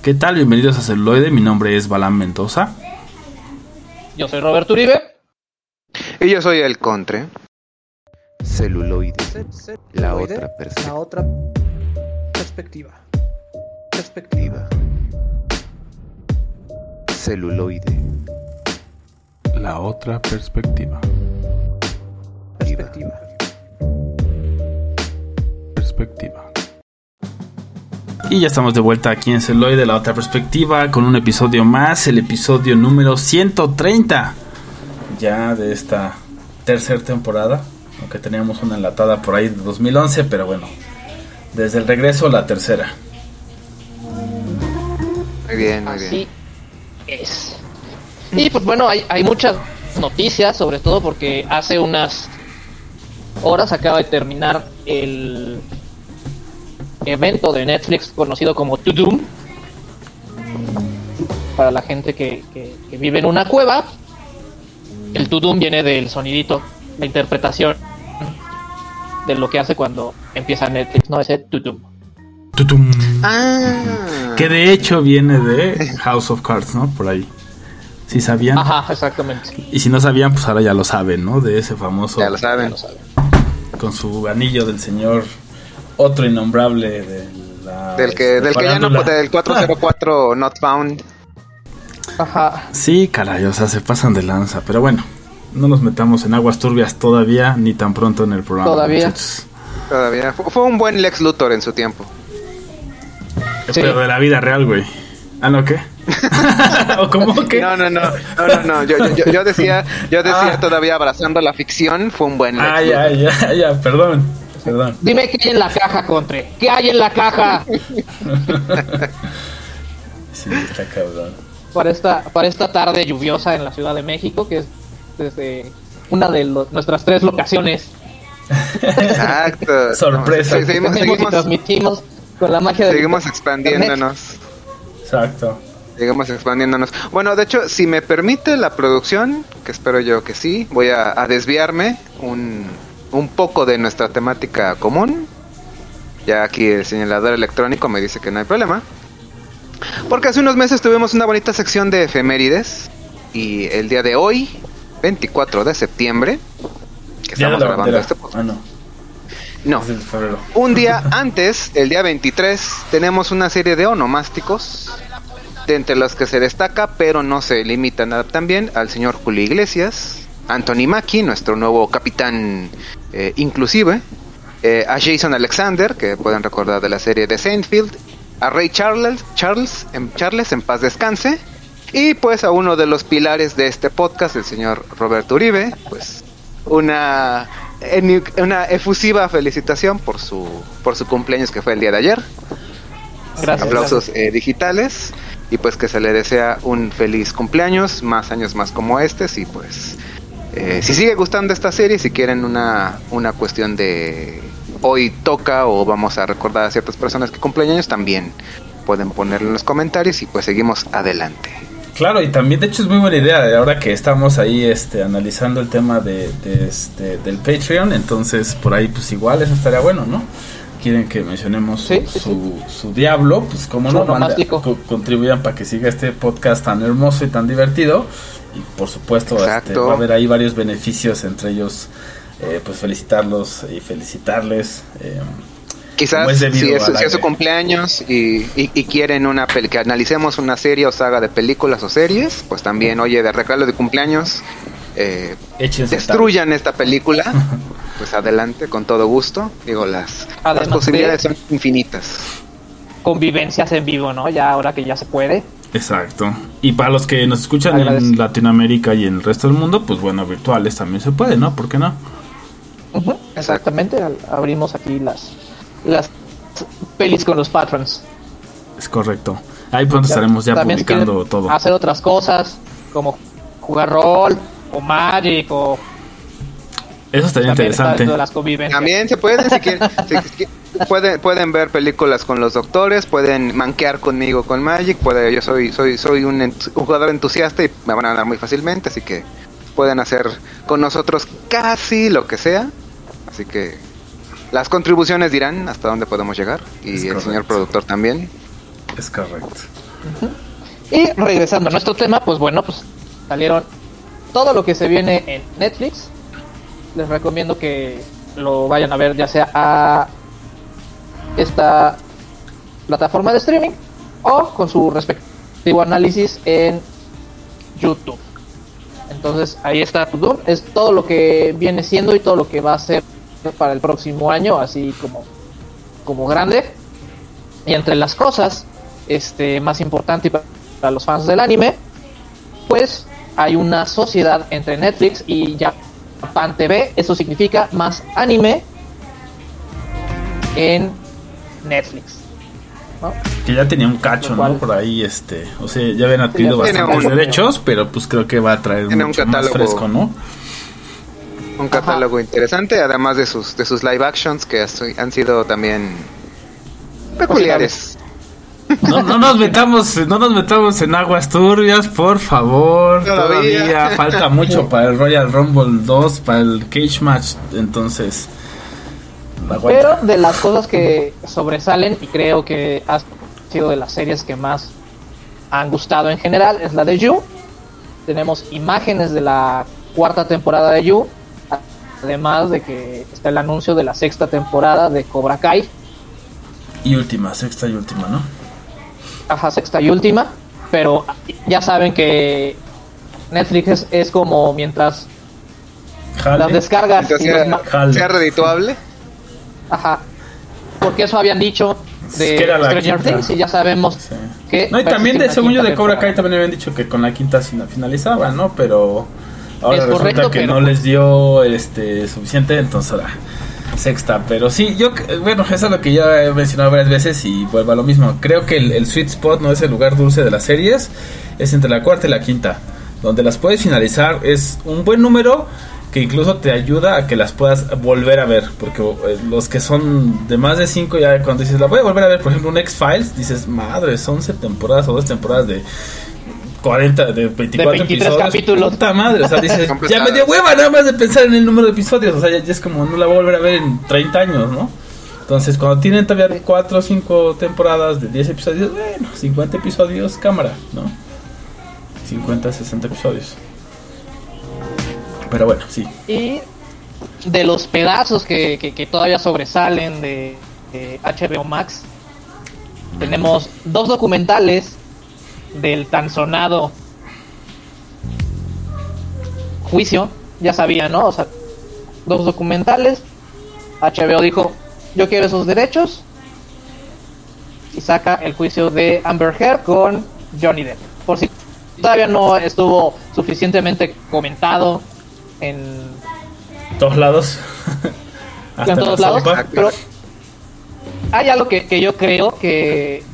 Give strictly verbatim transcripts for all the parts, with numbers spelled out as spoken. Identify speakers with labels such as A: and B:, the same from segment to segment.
A: ¿Qué tal? Bienvenidos a Celuloide, mi nombre es Balán Mendoza.
B: Yo soy Roberto Uribe.
C: Y yo soy el Contre.
D: Celuloide,
B: Ce- ce-
D: la
B: celuloide,
D: otra perspectiva.
B: La otra perspectiva. Perspectiva.
D: Celuloide,
A: La otra perspectiva.
B: Perspectiva.
A: Perspectiva. Y ya estamos de vuelta aquí en Celuloide, La otra perspectiva, con un episodio más, el episodio número ciento treinta. Ya de esta tercera temporada, aunque teníamos una enlatada por ahí de dos mil once, pero bueno, desde el regreso la tercera.
C: Muy bien, muy
B: Así
C: bien.
B: es. Y pues bueno, hay, hay muchas noticias, sobre todo porque hace unas horas acaba de terminar el evento de Netflix conocido como Tudum. Para la gente que, que, que vive en una cueva, el Tudum viene del sonidito, la interpretación de lo que hace cuando empieza Netflix, ¿no? Ese Tudum.
A: Tutum.
C: Ah,
A: Que de hecho viene de House of Cards, ¿no? Por ahí. ¿Sí sabían?
B: Ajá, exactamente.
A: Y si no sabían, pues ahora ya lo saben, ¿no? De ese famoso...
C: ya lo saben.
B: Ya lo saben.
A: Con su anillo del señor, otro innombrable de la...
C: Del que, del que ya no,
A: farándula.
C: del cuatro cero cuatro Not Found.
B: Ajá.
A: Sí, caray, o sea, se pasan de lanza. Pero bueno, no nos metamos en aguas turbias todavía, ni tan pronto en el programa.
B: Todavía.
A: Muchachos.
C: Todavía. Fu- Fue un buen Lex Luthor en su tiempo.
B: Sí.
A: Pero de la vida real, güey. ¿Ah, no qué? ¿O cómo que?
C: No, no, no, no, no, no. Yo, yo, yo decía, yo decía
A: Ah.
C: todavía abrazando la ficción, fue un buen Lex
A: Ah,
C: Luthor.
A: ya, ya, ya, perdón. Perdón.
B: Dime qué hay en la caja, Contre. ¿Qué hay en la caja?
A: Sí, está cabrón.
B: Para esta, para esta tarde lluviosa en la Ciudad de México, que es desde una de lo- nuestras tres locaciones.
C: Exacto.
A: Sorpresa.
C: Sí, seguimos,
B: Tenemos y
C: seguimos,
B: transmitimos con la magia de
C: seguimos expandiéndonos.
A: Exacto.
C: Seguimos expandiéndonos. Bueno, de hecho, si me permite la producción, que espero yo que sí, voy a, a desviarme un, un poco de nuestra temática común. Ya aquí el señalador electrónico me dice que no hay problema. Porque hace unos meses tuvimos una bonita sección de efemérides. Y el día de hoy, veinticuatro de septiembre, que
A: Día de
C: estamos
A: la
C: grabando
A: bandera.
C: este podcast.
A: Ah, no.
C: No,
A: Es el febrero.
C: un día antes, el día veintitrés, tenemos una serie de onomásticos, de entre los que se destaca, pero no se limitan a- también al señor Julio Iglesias, Anthony Mackie, nuestro nuevo capitán eh, inclusive, eh, a Jason Alexander, que pueden recordar de la serie de Seinfeld, a Ray Charles, Charles, en, Charles en paz descanse, y pues a uno de los pilares de este podcast, el señor Roberto Uribe, pues una en- una efusiva felicitación por su por su cumpleaños, que fue el día de ayer.
B: Gracias.
C: Aplausos eh, digitales, y pues que se le desea un feliz cumpleaños, más años más como este. Y pues eh, si sigue gustando esta serie, si quieren una una cuestión de hoy toca o vamos a recordar a ciertas personas que cumplen años, también pueden ponerlo en los comentarios y pues seguimos adelante.
A: Claro, y también de hecho es muy buena idea, de ahora que estamos ahí este analizando el tema de, de este del Patreon, entonces por ahí pues igual eso estaría bueno, ¿no? Quieren que mencionemos su,
B: Sí, sí,
A: su, su diablo, pues como
B: Su
A: no, manda-
B: onomástico.
A: co- contribuyan para que siga este podcast tan hermoso y tan divertido, y por supuesto este,
C: Exacto.
A: va a haber ahí varios beneficios, entre ellos eh, pues felicitarlos y felicitarles. eh,
C: Quizás
A: Como es debido
C: si es,
A: al
C: si es su
A: aire.
C: cumpleaños y, y, y quieren una pel que analicemos una serie o saga de películas o series, pues también, oye, de regalo de cumpleaños, eh,
A: échense
C: destruyan esta película, pues adelante, con todo gusto. Digo, las, las
B: Además
C: posibilidades
B: de-
C: son infinitas.
B: Convivencias en vivo, ¿no? Ya ahora que ya se puede.
A: Exacto. Y para los que nos escuchan en
B: Agradezco.
A: Latinoamérica y en el resto del mundo, pues bueno, virtuales también se puede, ¿no? ¿Por qué no?
B: Ujú, exactamente. Al- abrimos aquí las las pelis con los patrons.
A: Es correcto. Ahí pronto estaremos ya
B: También si
A: publicando
B: quieren
A: todo.
B: hacer otras cosas como jugar rol o Magic o
A: Eso estaría
B: también está
A: interesante.
B: dentro de las convivencias.
C: También se pueden, si quieren, si- si- pueden, pueden ver películas con los doctores, pueden manquear conmigo con Magic, puede, yo soy, soy, soy un, ent- un jugador entusiasta y me van a ganar muy fácilmente, así que pueden hacer con nosotros casi lo que sea. Así que las contribuciones dirán hasta dónde podemos llegar, y
A: Es
C: el
A: correcto.
C: señor productor también.
A: Es correcto.
B: Y regresando a nuestro tema, pues bueno, pues salieron todo lo que se viene en Netflix. Les recomiendo que lo vayan a ver ya sea a esta plataforma de streaming o con su respectivo análisis en YouTube. Entonces ahí está Doom, es todo lo que viene siendo y todo lo que va a ser para el próximo año, así como, como grande. Y entre las cosas este, más importantes para, para los fans del anime, pues hay una sociedad entre Netflix y Japan T V. Eso significa más anime en Netflix, ¿no?
A: Que ya tenía un cacho, ¿no? Por ahí, este, o sea, ya habían adquirido
C: Tiene
A: bastantes
C: un-
A: derechos, pero pues creo que va a traer
C: Tiene
A: mucho
C: un
A: más
C: catálogo.
A: fresco, ¿no?
C: Un catálogo interesante, además de sus de sus live actions que has- han sido también peculiares.
A: No, no nos metamos, no nos metamos en aguas turbias, por favor.
C: Todavía.
A: Todavía falta mucho para el Royal Rumble dos, para el Cage Match, entonces aguanta.
B: Pero de las cosas que sobresalen, y creo que ha sido de las series que más han gustado en general, es la de You. Tenemos imágenes de la cuarta temporada de You, además de que está el anuncio de la sexta temporada de Cobra Kai.
A: Y última, sexta y última, ¿no?
B: Ajá, sexta y última. Pero ya saben que Netflix es, es como mientras
A: Jale.
B: las descargas
C: Entonces,
B: y los
C: sea,
B: ma-
A: Jale.
C: sea redituable.
B: Ajá, porque eso habían dicho de
A: Que era la
B: Stranger
A: quinta.
B: Things y ya sabemos
A: Sí.
B: que
A: No, y
B: va a
A: también
B: existir
A: de
B: una
A: según yo
B: quinta
A: de Cobra Kai
B: temporada.
A: también habían dicho que con la quinta fina- finalizaba, ¿no? Pero ahora
B: Es
A: resulta
B: correcto,
A: que
B: pero-
A: no les dio este suficiente, entonces ahora sexta. Pero sí, yo, bueno, eso es lo que ya he mencionado varias veces y vuelvo a lo mismo. Creo que el, el sweet spot no es el lugar dulce de las series, es entre la cuarta y la quinta, donde las puedes finalizar. Es un buen número que incluso te ayuda a que las puedas volver a ver, porque eh, los que son de más de cinco, ya cuando dices la voy a volver a ver, por ejemplo un X-Files, dices madre, son once temporadas o dos temporadas de cuarenta, de veinticuatro
B: De veintitrés
A: episodios,
B: capítulos.
A: puta madre, o sea, dices, ya
C: Completadas.
A: me dio hueva nada más de pensar en el número de episodios, o sea, ya, ya es como no la voy a volver a ver en treinta años, ¿no? Entonces, cuando tienen todavía cuatro o cinco temporadas de diez episodios, bueno, cincuenta episodios, cámara, ¿no? cincuenta, sesenta episodios. Pero bueno, sí.
B: Y de los pedazos que, que, que todavía sobresalen de, de H B O Max, tenemos dos documentales del tan sonado juicio. Ya sabían, ¿no? O sea, dos documentales. H B O dijo, yo quiero esos derechos, y saca el juicio de Amber Heard con Johnny Depp. Por si todavía no estuvo suficientemente comentado en
A: Todos lados. Hasta
B: en
A: la
B: todos lados,
A: sopa.
B: pero hay algo que, que yo creo que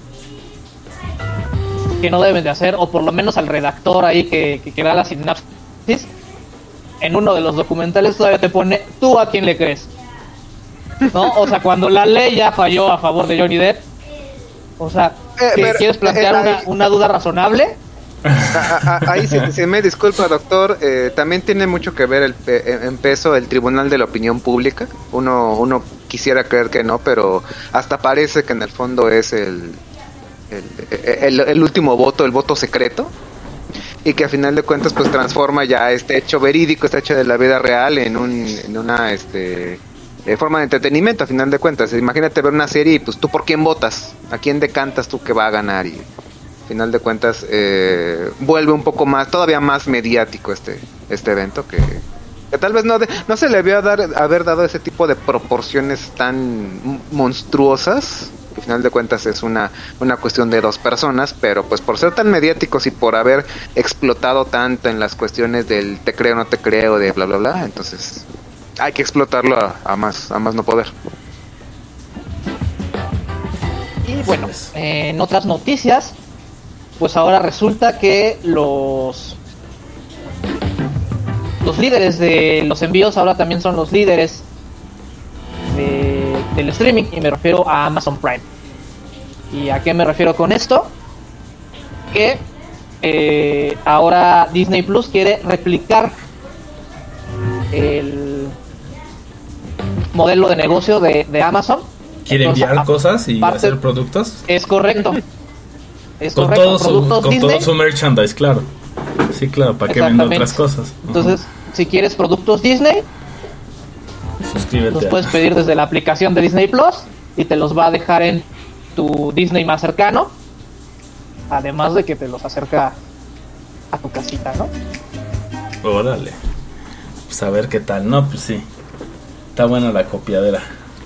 B: que no deben de hacer, o por lo menos al redactor ahí que, que, que da la sinapsis, en uno de los documentales todavía te pone, ¿tú a quién le crees? ¿No? O sea, cuando la ley ya falló a favor de Johnny Depp, o sea,
C: Eh,
B: ¿que-
C: pero,
B: ¿quieres plantear
C: eh,
B: una,
C: ahí-
B: una duda razonable?
C: A- a- Ahí se, se me disculpa, doctor. eh, también tiene mucho que ver el pe- en peso el Tribunal de la Opinión Pública. Uno, uno quisiera creer que no, pero hasta parece que en el fondo es el, el, el, el último voto, el voto secreto. Y que a final de cuentas pues transforma ya este hecho verídico, este hecho de la vida real en, un, en una este, eh, forma de entretenimiento a final de cuentas. Imagínate ver una serie y pues tú por quién votas, a quién decantas tú que va a ganar y... final de cuentas eh, vuelve un poco más, todavía más mediático este este evento que, que tal vez no de- no se le debió dar, haber dado ese tipo de proporciones tan monstruosas, que al final de cuentas es una, una cuestión de dos personas, pero pues por ser tan mediáticos y por haber explotado tanto en las cuestiones del te creo, no te creo, de bla bla bla, entonces hay que explotarlo a, a más a más no poder.
B: Y bueno, eh, en otras noticias, pues ahora resulta que los los líderes de los envíos ahora también son los líderes de, del streaming, y me refiero a Amazon Prime. ¿Y a qué me refiero con esto? Que eh, ahora Disney Plus quiere replicar el modelo de negocio de, de Amazon.
A: Quiere
B: Entonces,
A: enviar
B: a-
A: cosas y
B: aparte-
A: hacer productos.
B: Es correcto. Es
A: con
B: correcto,
A: todo su,
B: productos
A: con
B: Disney.
A: todo su merchandise, claro. Sí, claro, para que venda otras cosas.
B: Entonces, uh-huh. si quieres productos Disney,
A: suscríbete.
B: los puedes pedir desde la aplicación de Disney Plus y te los va a dejar en tu Disney más cercano. Además de que te los acerca a tu casita, ¿no?
A: Órale. Pues a ver qué tal. No, pues sí. Está buena la copiadera.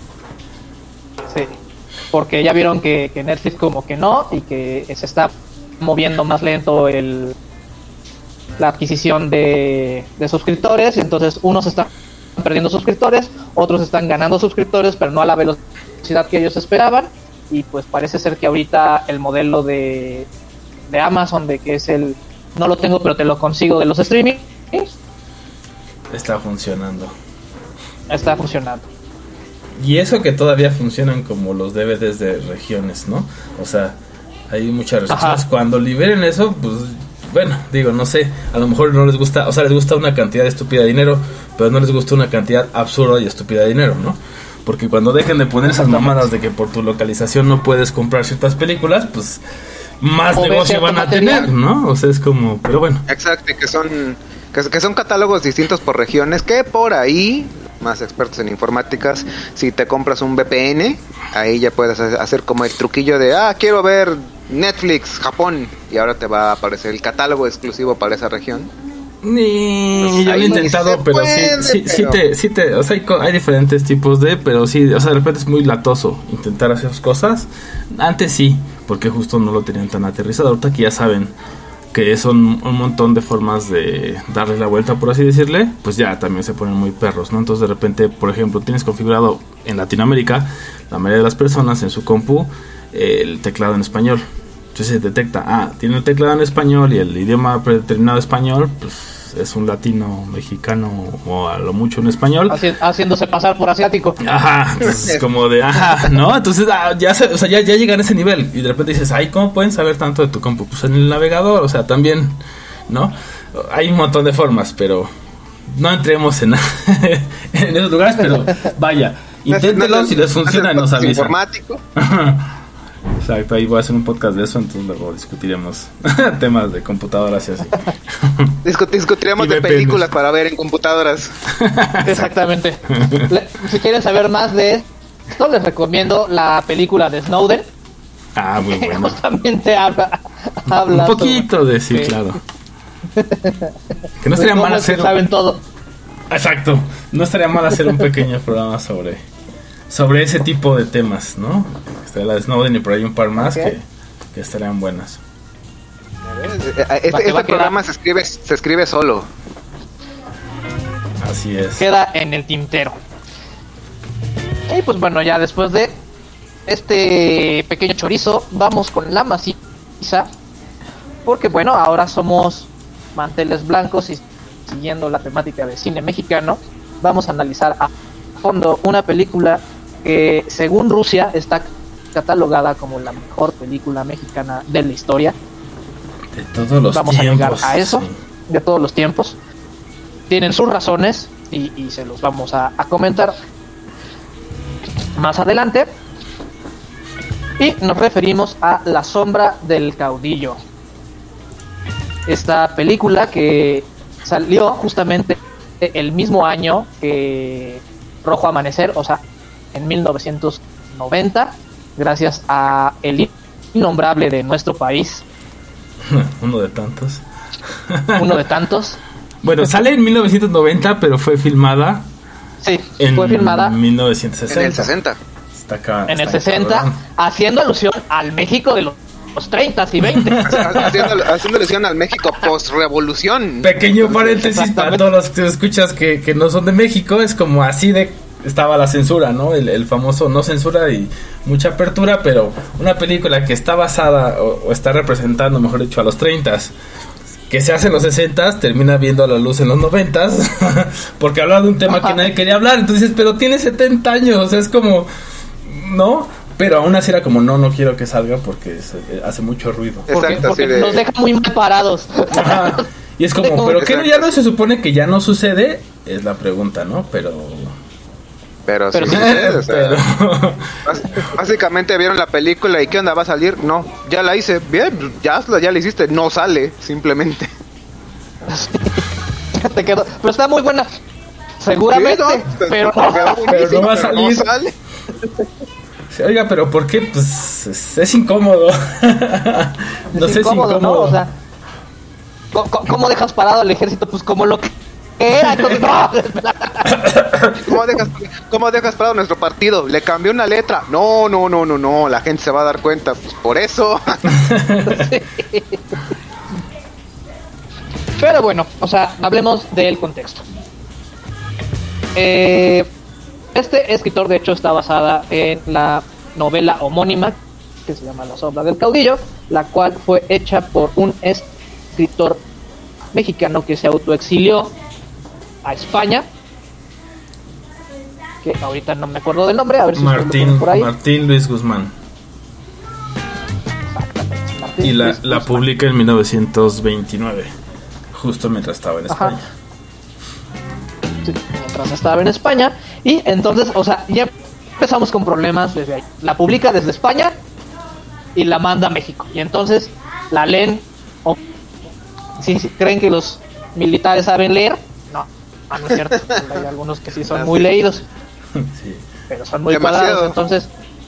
B: Sí. Porque ya vieron que, que Netflix como que no, y que se está moviendo más lento el la adquisición de, de suscriptores, y entonces unos están perdiendo suscriptores, otros están ganando suscriptores, pero no a la velocidad que ellos esperaban, y pues parece ser que ahorita el modelo de, de Amazon, de que es el no lo tengo pero te lo consigo de los streaming,
A: está funcionando.
B: Está funcionando.
A: Y eso que todavía funcionan como los D V Ds de regiones, ¿no? O sea, hay muchas restricciones. Ajá. Cuando liberen eso, pues, bueno, digo, no sé, a lo mejor no les gusta, o sea, les gusta una cantidad estúpida de dinero, pero no les gusta una cantidad absurda y estúpida de dinero, ¿no? Porque cuando dejen de poner esas mamadas de que por tu localización no puedes comprar ciertas películas, pues más o negocio van a material. tener, ¿no? O sea, es como, pero bueno.
C: Exacto, que son que, que son catálogos distintos por regiones, que por ahí, más expertos en informáticas, si te compras un V P N, ahí ya puedes hacer como el truquillo de, ah, quiero ver Netflix Japón, y ahora te va a aparecer el catálogo exclusivo para esa región.
A: Ni pues yo lo he intentado, pero puede, sí, sí, pero... sí te, sí te, o sea, hay, hay diferentes tipos de, pero sí, o sea, de repente es muy latoso intentar hacer esas cosas. Antes sí, porque justo no lo tenían tan aterrizado. Ahorita que ya saben que son un montón de formas de darle la vuelta, por así decirle, pues ya también se ponen muy perros, ¿no? Entonces de repente, por ejemplo, tienes configurado en Latinoamérica, la mayoría de las personas en su compu, eh, el teclado en español. Entonces se detecta, ah, tiene el teclado en español y el idioma predeterminado español, pues es un latino mexicano o a lo mucho en español.
B: Haci- haciéndose pasar por asiático.
A: Ajá, entonces como de, ajá, ¿no? Entonces ah, ya, se, o sea, ya, ya llegan a ese nivel y de repente dices, ay, ¿cómo pueden saber tanto de tu compu? Pues en el navegador, o sea, también, ¿no? Hay un montón de formas, pero no entremos en, en esos lugares, pero vaya, inténtenlo, no, si les funciona nos avisan.
C: Informático.
A: Exacto, ahí voy a hacer un podcast de eso, entonces luego discutiremos temas de computadoras y así.
C: Discut- discutiremos y de películas para ver en computadoras.
B: Exactamente. Le, si quieren saber más de esto, les recomiendo la película de Snowden.
A: Ah, muy bueno.
B: Justamente habla, habla
A: un poquito sobre, de sí, eh, claro. Que no estaría mal hacer.
B: Saben todo.
A: Exacto. No estaría mal hacer un pequeño programa sobre sobre ese tipo de temas, ¿no? Está la de Snowden y por ahí un par más okay. que, que estarían buenas.
C: Este, este programa se escribe se escribe solo.
A: Así es.
B: Queda en el tintero. Y pues bueno, ya después de este pequeño chorizo, vamos con la maciza. Porque bueno, ahora somos manteles blancos y siguiendo la temática de cine mexicano, vamos a analizar a fondo una película que según Rusia está catalogada como la mejor película mexicana de la historia.
A: De todos los
B: Vamos
A: tiempos.
B: Vamos a llegar a eso, sí. De todos los tiempos. Tienen sus razones y, y se los vamos a, a comentar más adelante. Y nos referimos a La sombra del caudillo. Esta película que salió justamente el mismo año que Rojo Amanecer, o sea, en mil novecientos noventa, gracias a el innombrable de nuestro país.
A: Uno de tantos.
B: Uno de tantos.
A: Bueno, sale en mil novecientos noventa, pero fue filmada.
B: Sí,
A: en
B: fue filmada
A: mil novecientos sesenta.
C: En el sesenta.
A: Está acá,
B: en
A: está
B: el sesenta, cabrón. Haciendo alusión al México de los los treinta y veinte.
C: haciendo, haciendo alusión al México post-revolución.
A: Pequeño paréntesis para todos los que escuchas que, que no son de México. Es como así de estaba la censura, ¿no? El, el famoso no censura y mucha apertura, pero una película que está basada o, o está representando, mejor dicho, a los treintas, que se hace en los sesentas, termina viendo a la luz en los noventas, porque hablaba de un tema que nadie quería hablar. Entonces, pero tiene setenta años, o sea, es como, ¿no? Pero aún así era como, no, no quiero que salga porque se, eh, hace mucho ruido.
B: Porque,
C: Exacto,
B: porque
C: de...
B: nos deja muy mal parados.
A: Ajá. Y es como, ¿pero qué ya no se supone que ya no sucede? Es la pregunta, ¿no? Pero
C: Pero,
B: Pero
C: sí,
B: sí.
C: sucede, o sea,
A: Pero-
C: bás- básicamente vieron la película y ¿qué onda? ¿Va a salir? No, ya la hice. Bien, ya, hazla, ya la hiciste. No sale, simplemente.
B: Te quedó. Pero está muy buena. Seguramente,
C: Sí, no,
B: pero
C: te quedó
B: no.
C: buenísimo,
A: Pero no va a
C: pero
A: salir.
C: sale.
A: Sí, oiga, pero ¿por qué? Pues es, es incómodo. No sé si
B: incómodo,
A: incómodo.
B: ¿no? O sea, ¿cómo, cómo dejas parado al ejército? Pues como lo que era. Entonces, no.
C: ¿Cómo dejas, ¿Cómo dejas parado nuestro partido? Le cambió una letra. No, no, no, no, no. La gente se va a dar cuenta. Pues por eso.
B: Pero bueno, o sea, hablemos del contexto. Eh, este escritor, de hecho, está basada en la novela homónima que se llama La sombra del caudillo, la cual fue hecha por un escritor mexicano que se autoexilió a España, que ahorita no me acuerdo del nombre, a ver si ustedes lo
A: Martín,
B: ponen por ahí.
A: Martín Luis Guzmán.
B: Exactamente, Martín
A: Y la,
B: Luis
A: la
B: Guzmán.
A: publica en mil novecientos veintinueve, justo mientras estaba en
B: Ajá.
A: España.
B: Sí, mientras estaba en España. Y entonces, o sea, ya empezamos con problemas desde ahí. La publica desde España y la manda a México. Y entonces la leen. O si si creen que los militares saben leer, no, ah, no es cierto. Hay algunos que sí son muy leídos,
A: Sí.
B: pero son muy
C: Demasiado.
B: cuadrados. Entonces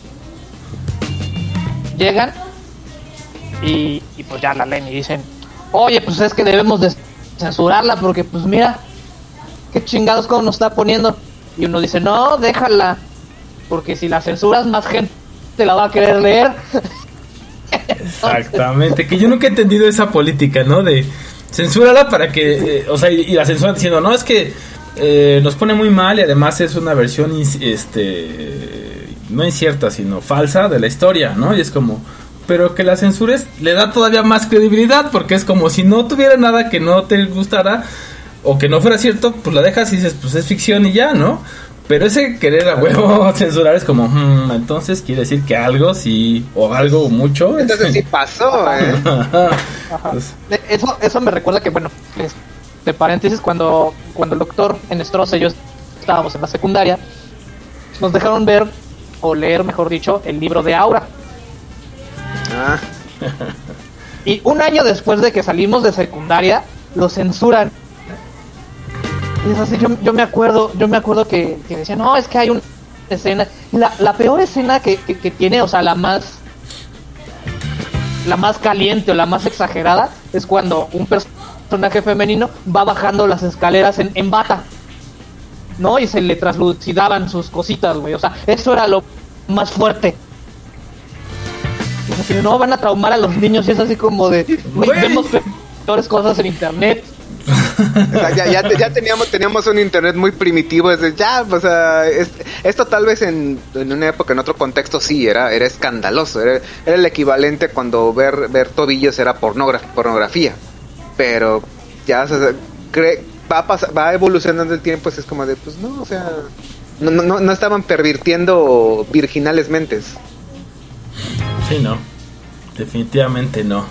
B: llegan y, y pues ya la leen y dicen, oye, pues es que debemos de censurarla porque pues mira qué chingados como nos está poniendo. Y uno dice, no, déjala, porque si la censuras más gente la va a querer leer.
A: Exactamente, que yo nunca he entendido esa política, ¿no? De censúrala para que, eh, o sea, y, y la censura diciendo, no, es que eh, nos pone muy mal y además es una versión, ins- este, no incierta, sino falsa de la historia, ¿no? Y es como, pero que la censures le da todavía más credibilidad, porque es como si no tuviera nada que no te gustara o que no fuera cierto, pues la dejas y dices, pues es ficción y ya, ¿no? Pero ese querer a huevo censurar es como, hmm, entonces quiere decir que algo sí, o algo mucho.
C: Entonces sí pasó, ¿eh?
B: Ajá. De- Eso, eso me recuerda que, bueno, es- de paréntesis, cuando, cuando el doctor Enestrosa y yo estábamos en la secundaria, nos dejaron ver, o leer, mejor dicho, el libro de Aura.
C: Ah,
B: Y un año después de que salimos de secundaria, lo censuran. Y es así, yo, yo me acuerdo, yo me acuerdo que, que decían, no, es que hay una escena. La, la peor escena que, que, que tiene, o sea, la más la más caliente o la más exagerada, es cuando un personaje femenino va bajando las escaleras en, en bata, ¿no? Y se le traslucidaban sus cositas, güey. O sea, eso era lo más fuerte. Si no, van a traumar a los niños y es así como de, güey,
A: Güey.
B: vemos peores cosas en internet.
C: o sea, ya, ya, ya teníamos teníamos un internet muy primitivo, es de, ya, o sea, es- esto tal vez en, en una época, en otro contexto sí, era era escandaloso, era, era el equivalente cuando ver ver tobillos era pornogra- pornografía, pero ya, o sea, cre- va a pasar, va evolucionando el tiempo, es como de, pues no, o sea, no, no, no estaban pervirtiendo virginales mentes.
A: Sí, no. Definitivamente no.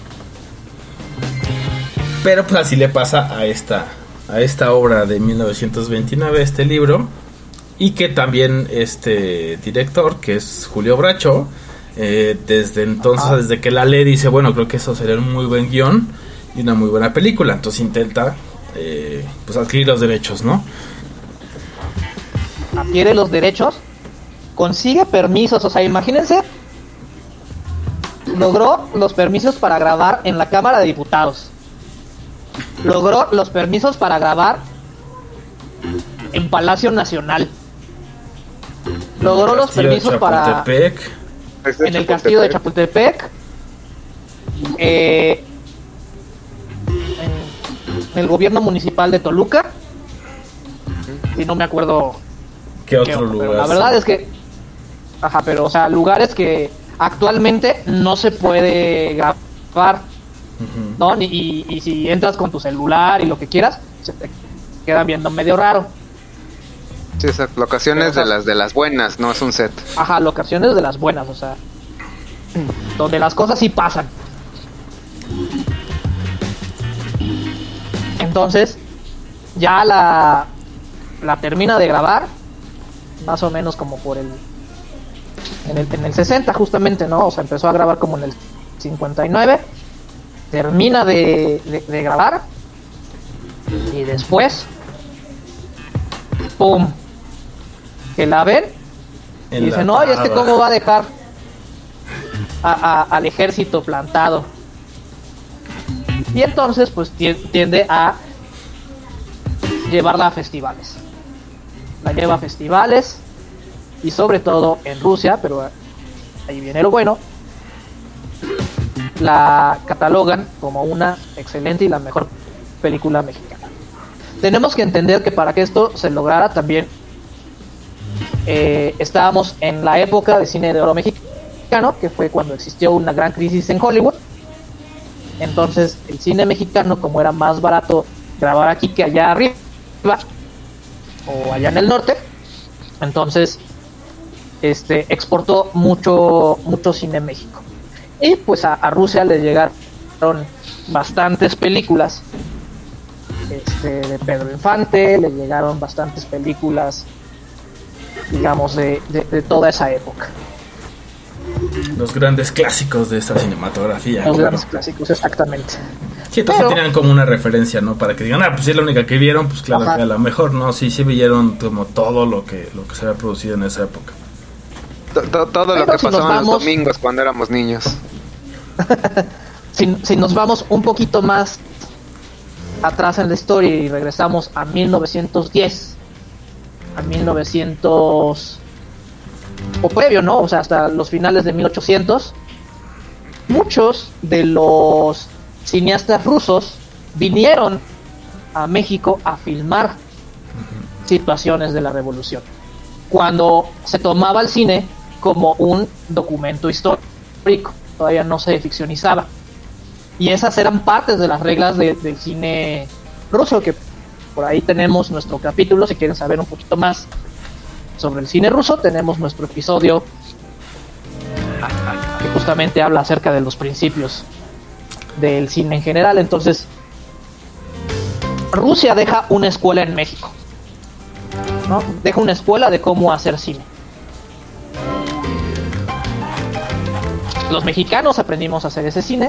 A: Pero pues así le pasa a esta a esta obra de mil novecientos veintinueve, este libro, y que también este director, que es Julio Bracho, eh, desde entonces,
B: Ajá.
A: desde que la lee, dice, bueno, creo que eso sería un muy buen guión y una muy buena película. Entonces intenta eh, pues adquirir los derechos, ¿no?
B: Adquiere los derechos, consigue permisos, o sea, imagínense, logró los permisos para grabar en la Cámara de Diputados, logró los permisos para grabar en Palacio Nacional, logró los
A: Castillo de
B: permisos para
A: Chapultepec.
B: en el castillo de Chapultepec, eh, en el gobierno municipal de Toluca, y no me acuerdo
A: ¿Qué
B: qué
A: otro
B: otro, pero
A: lugar?
B: la verdad es que, ajá, pero o sea, lugares que actualmente no se puede grabar,
A: Ujú.
B: ¿no? Ni- y, y si entras con tu celular y lo que quieras, se te queda viendo medio raro.
C: Sí, esas locaciones de las de las buenas, no es un set.
B: Ajá, locaciones de las buenas, o sea, donde las cosas sí pasan. Entonces, ya la, la termina de grabar, más o menos como por el en el, en el sesenta justamente, ¿no? O sea, empezó a grabar como en el cincuenta y nueve, termina de, de, de grabar y después ¡pum! Que la ven y dicen, no, y es que cómo va a dejar a, a, al ejército plantado. Y entonces pues tiende a llevarla a festivales. La lleva a festivales y sobre todo en Rusia, pero ahí viene lo bueno, la catalogan como una excelente y la mejor película mexicana. Tenemos que entender que para que esto se lograra también eh, estábamos en la época de cine de oro mexicano, que fue cuando existió una gran crisis en Hollywood. Entonces el cine mexicano, como era más barato grabar aquí que allá arriba o allá en el norte, entonces este exportó mucho mucho cine en México. Y pues a, a Rusia le llegaron bastantes películas este, de Pedro Infante, le llegaron bastantes películas, digamos, de, de, de toda esa época.
A: Los grandes clásicos de esta cinematografía.
B: Los
A: claro.
B: grandes clásicos, exactamente.
A: Sí, entonces Pero, tenían como una referencia, ¿no? Para que digan, ah, pues sí es la única que vieron, pues claro, ajá, que a lo mejor, ¿no? Sí, sí vieron como todo lo que, lo que se había producido en esa época.
C: Todo, todo lo que si pasaba vamos... los domingos cuando éramos niños.
B: si, si nos vamos un poquito más atrás en la historia y regresamos a mil novecientos diez, a mil novecientos o previo, ¿no? O sea, hasta los finales de mil ochocientos, muchos de los cineastas rusos vinieron a México a filmar situaciones de la revolución, cuando se tomaba el cine como un documento histórico, todavía no se ficcionizaba, y esas eran partes de las reglas de, del cine ruso, que por ahí tenemos nuestro capítulo. Si quieren saber un poquito más sobre el cine ruso, tenemos nuestro episodio que justamente habla acerca de los principios del cine en general. Entonces Rusia deja una escuela en México, ¿no? Deja una escuela de cómo hacer cine. Los mexicanos aprendimos a hacer ese cine.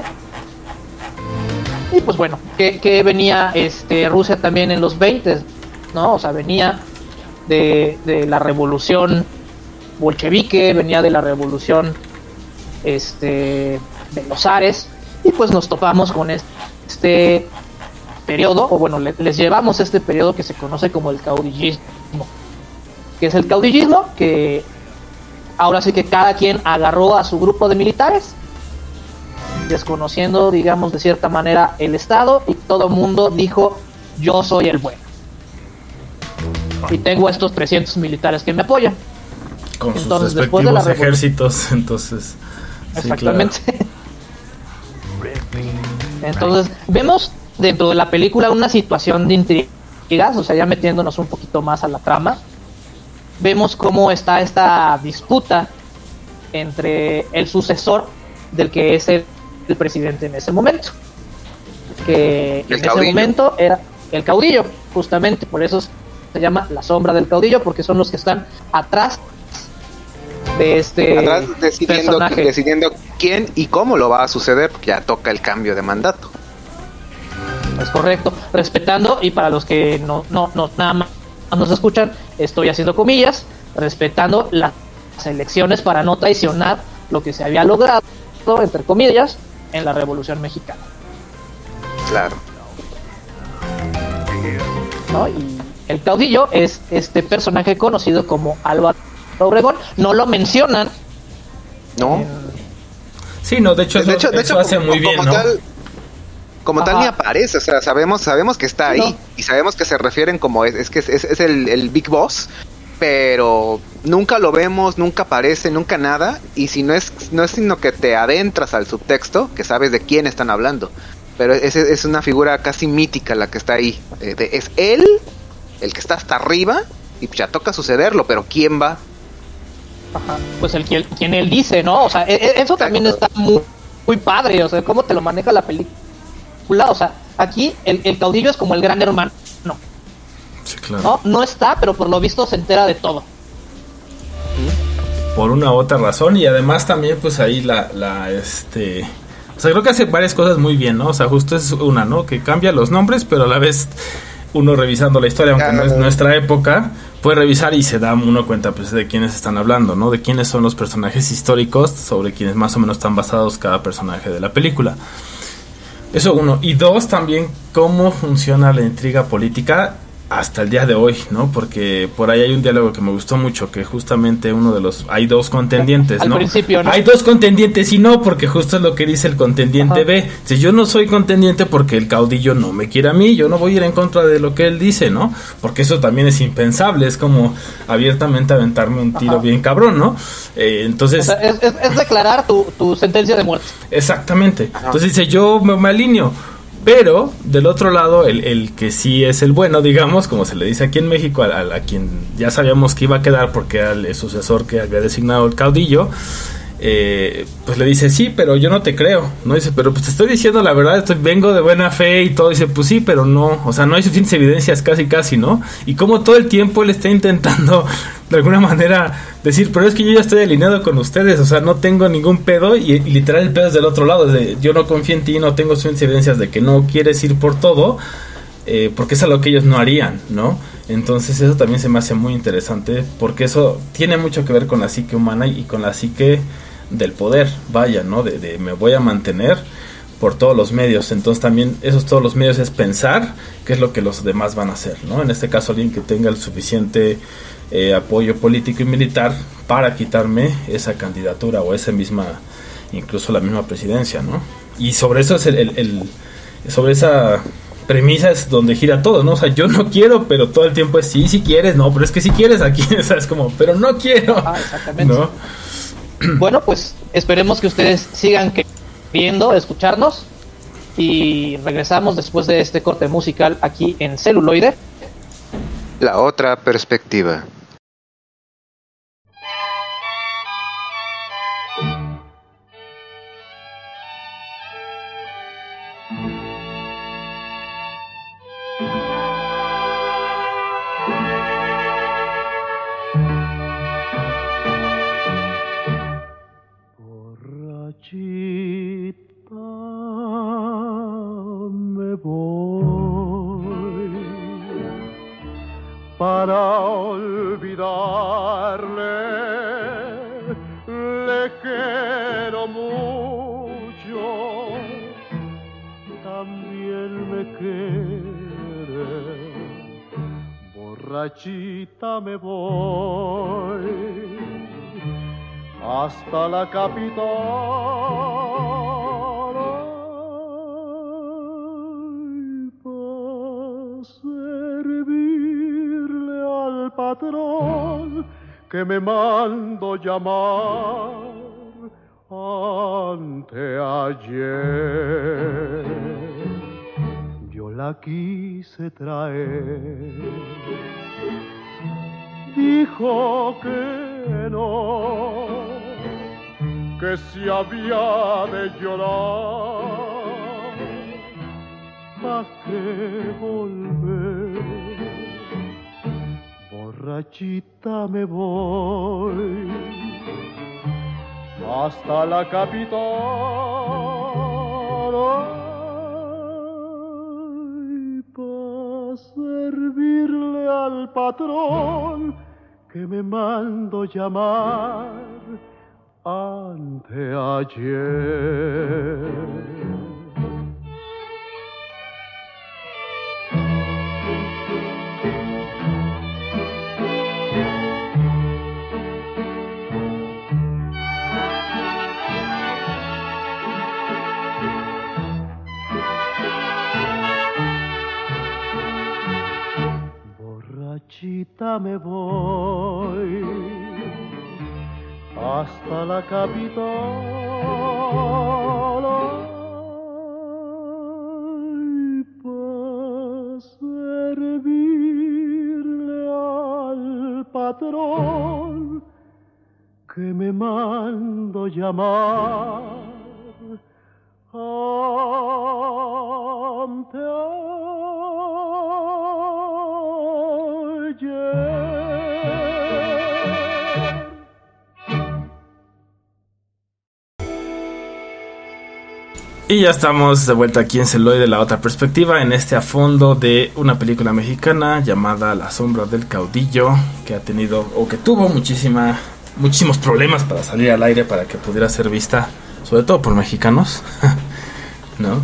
B: Y pues bueno, que, que venía este Rusia también en los veinte, ¿no? O sea, venía de, de la revolución bolchevique, venía de la revolución este de los zares, y pues nos topamos con este, este periodo, o bueno, le, les llevamos este periodo que se conoce como el caudillismo. Que es el caudillismo, que ahora sí que cada quien agarró a su grupo de militares, desconociendo, digamos, de cierta manera el Estado, y todo el mundo dijo, yo soy el bueno y tengo estos trescientos militares que me apoyan.
A: Con entonces, sus respectivos de la ejércitos, entonces
B: exactamente, sí, claro. Entonces vemos dentro de la película una situación de intrigas, o sea, ya metiéndonos un poquito más a la trama, vemos cómo está esta disputa entre el sucesor del que es el, el presidente en ese momento, que en ese momento era el caudillo, justamente por eso se llama la sombra del caudillo, porque son los que están atrás de este
C: atrás decidiendo,
B: personaje.
C: decidiendo quién y cómo lo va a suceder, porque ya toca el cambio de mandato.
B: Es correcto, respetando, y para los que no, no, no nada más nos escuchan, estoy haciendo comillas, respetando las elecciones para no traicionar lo que se había logrado, entre comillas, en la Revolución Mexicana.
C: Claro.
B: ¿No? Y el caudillo es este personaje conocido como Álvaro Obregón. No lo mencionan.
C: No.
B: En...
A: Sí, no, de hecho, de hecho, eso, de hecho, eso hace como, muy bien,
C: como
A: ¿no?
C: Tal, como Ajá. tal ni aparece, o sea, sabemos sabemos que está ahí, no. Y sabemos que se refieren como es, es que es, es, es el, el Big Boss, pero nunca lo vemos, nunca aparece, nunca nada, y si no es no es sino que te adentras al subtexto, que sabes de quién están hablando, pero es, es una figura casi mítica la que está ahí, eh, de, es él el que está hasta arriba, y ya toca sucederlo, pero ¿quién va?
B: Ajá. Pues el quien, quien él dice, ¿no? O sea, e- eso Exacto. También está muy, muy padre, o sea, cómo te lo maneja la película, o sea, aquí el, el caudillo es como el gran hermano, no,
A: sí, claro.
B: no, no está, pero por lo visto se entera de todo.
A: por una u otra razón. Y además también pues ahí la, la este... O sea, creo que hace varias cosas muy bien, ¿no? O sea, justo es una, ¿no? Que cambia los nombres, pero a la vez uno revisando la historia, aunque no es nuestra época, puede revisar y se da uno cuenta pues de quiénes están hablando, ¿no? De quiénes son los personajes históricos sobre quienes más o menos están basados cada personaje de la película. Eso uno. Y dos, también cómo funciona la intriga política hasta el día de hoy, ¿no? Porque por ahí hay un diálogo que me gustó mucho, que justamente uno de los... Hay dos contendientes,
B: Al
A: ¿no?
B: principio, ¿no?
A: Hay dos contendientes y no, porque justo es lo que dice el contendiente
B: Ajá.
A: B. Si yo no soy contendiente porque el caudillo no me quiere a mí, yo no voy a ir en contra de lo que él dice, ¿no? Porque eso también es impensable, es como abiertamente aventarme un tiro
B: Ajá.
A: bien cabrón, ¿no? Eh, entonces...
B: O sea, es, es, es declarar tu, tu sentencia de muerte.
A: Exactamente. Entonces dice, yo me, me alineo. Pero, del otro lado, el, el que sí es el bueno, digamos, como se le dice aquí en México, a, a, a quien ya sabíamos que iba a quedar porque era el sucesor que había designado el caudillo, eh, pues le dice, sí, pero yo no te creo, ¿no? Dice, pero pues te estoy diciendo la verdad, estoy, vengo de buena fe y todo. Dice, pues sí, pero no, o sea, no hay suficientes evidencias, casi casi, ¿no? Y como todo el tiempo él está intentando, de alguna manera, decir, pero es que yo ya estoy alineado con ustedes, o sea, no tengo ningún pedo, y, y literal el pedo es del otro lado, es de, yo no confío en ti, no tengo suficientes evidencias de que no quieres ir por todo, eh, porque es algo que ellos no harían, ¿no? Entonces eso también se me hace muy interesante, porque eso tiene mucho que ver con la psique humana y con la psique del poder, vaya, ¿no? De, de me voy a mantener por todos los medios. Entonces también esos todos los medios es pensar qué es lo que los demás van a hacer, ¿no? En este caso alguien que tenga el suficiente eh, apoyo político y militar para quitarme esa candidatura o esa misma, incluso la misma presidencia, ¿no? Y sobre eso es el, el, el sobre esa premisa es donde gira todo, ¿no? O sea, yo no quiero, pero todo el tiempo es sí, sí quieres, no, pero es que si quieres aquí, o sea, es como, pero no quiero.
B: Ah, exactamente.
A: ¿No?
B: Bueno, pues esperemos que ustedes sigan queriendo escucharnos y regresamos después de este corte musical aquí en Celuloide.
C: La otra perspectiva.
E: Me voy para olvidarle, le quiero mucho, también me quiere, borrachita me voy hasta la capital. Patrón que me mando llamar anteayer. Yo la quise traer, dijo que no, que si había de llorar, ¿pa' qué volver? Borrachita me voy hasta la capital, ay, pa' servirle al patrón que me mando llamar anteayer. Borrachita me voy hasta la capital, ay, pa' servirle al patrón que me mando llamar anteayer.
A: Y ya estamos de vuelta aquí en Celuloide, la otra perspectiva, en este a fondo de una película mexicana llamada La sombra del caudillo, que ha tenido o que tuvo muchísima, muchísimos problemas para salir al aire, para que pudiera ser vista, sobre todo por mexicanos, ¿no?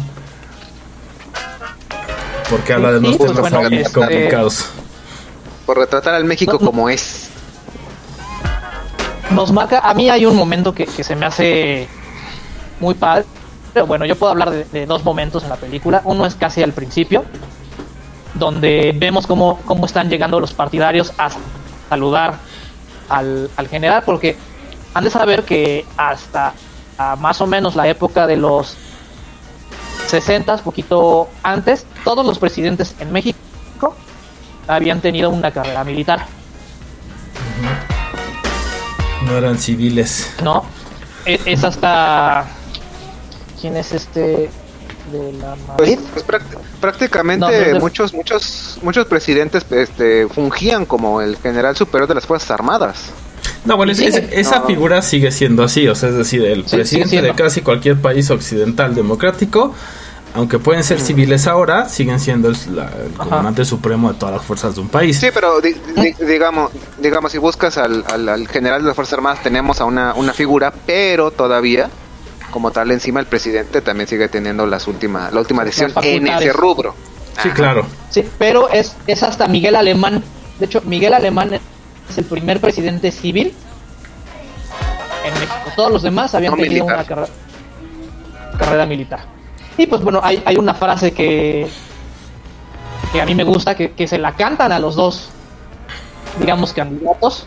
A: Porque habla de unos
B: Sí, pues,
A: temas
B: bueno,
A: ahí
B: este-
A: complicados.
C: Por retratar al México
B: No, no.
C: como es.
B: Nos marca, a mí hay un momento que, que se me hace muy padre, pero bueno, yo puedo hablar de, de dos momentos en la película. Uno es casi al principio, donde vemos cómo, cómo están llegando los partidarios a saludar al, al general, porque han de saber que hasta a más o menos la época de los sesentas, poquito antes, todos los presidentes en México habían tenido una carrera militar,
A: No eran civiles.
B: ¿no? Es, es hasta... ¿Quién es este de la Madrid?
C: Pues, pues práct- prácticamente
B: No, no es de-
C: muchos muchos muchos presidentes este fungían como el general superior de las Fuerzas Armadas.
A: No, bueno, es-
B: Sí,
A: es- esa
C: no.
A: figura sigue siendo así, o sea, es decir, el
B: Sí,
A: presidente
B: sigue
A: de
B: siendo.
A: casi cualquier país occidental democrático, aunque pueden ser civiles ahora, siguen siendo el, la- el
B: Ajá.
A: comandante supremo de todas las fuerzas de un país.
C: Sí, pero di- di- digamos digamos si buscas al, al, al general de las Fuerzas Armadas tenemos a una una figura, pero todavía como tal encima el presidente también sigue teniendo las últimas la última decisión
B: Las
C: en
B: facultades.
C: ese rubro.
A: Sí, claro.
B: Sí, pero es, es hasta Miguel Alemán. De hecho, Miguel Alemán es el primer presidente civil en México. Todos los demás habían
C: No
B: tenido
C: militar.
B: una carrera, carrera militar. Y pues bueno, hay, hay una frase que, que a mí me gusta, que, que se la cantan a los dos, digamos, candidatos.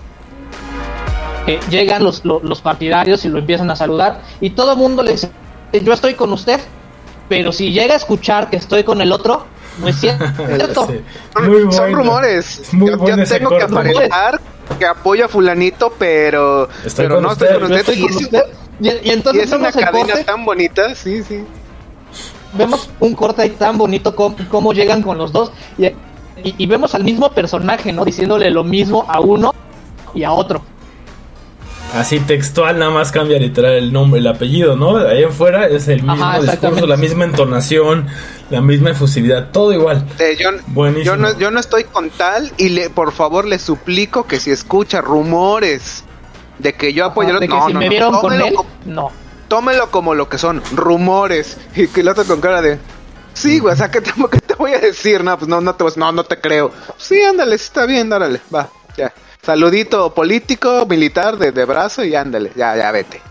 B: Que llegan los, los, los partidarios y lo empiezan a saludar. Y todo el mundo le dice, yo estoy con usted, pero si llega a escuchar que estoy con el otro, no es cierto.
A: Sí.
C: Son,
A: Muy
C: son
A: bueno.
C: rumores.
A: Es muy
C: yo
A: bueno
C: yo
A: ese
C: tengo que
A: corte.
C: aparentar que apoyo a fulanito, pero
A: Estoy
C: pero
A: con
C: no
A: usted.
C: estoy con
B: Yo
C: usted.
B: estoy
C: Y
B: con
C: es-
B: usted. Y, y
C: y
B: entonces
C: es una
B: vemos el
C: cadena
B: corte,
C: tan bonita, sí, sí.
B: vemos un corte ahí tan bonito cómo, cómo llegan con los dos y, y, y vemos al mismo personaje, ¿no? Diciéndole lo mismo a uno y a otro.
A: Así textual, nada más cambia literal el nombre, el apellido, ¿no? De ahí en fuera es el mismo
B: Ajá,
A: discurso,
B: exactamente.
A: la misma entonación, la misma efusividad, todo igual.
C: Eh, yo,
A: Buenísimo.
C: yo no yo no estoy con tal y le por favor le suplico que si escucha rumores de que yo apoyo
B: De
C: al
B: que
C: otro, no,
B: si
C: no,
B: me
C: no,
B: vieron con
C: tómelo
B: él,
C: co-
B: no.
C: tómelo como lo que son rumores y que el otro con cara de sí, güey, o sea, ¿qué te, qué te voy a decir? No, pues no, no te, no, no te creo. Sí, ándale, está bien, órale, va, ya. Saludito político, militar de, de brazo y ándale, ya, ya vete.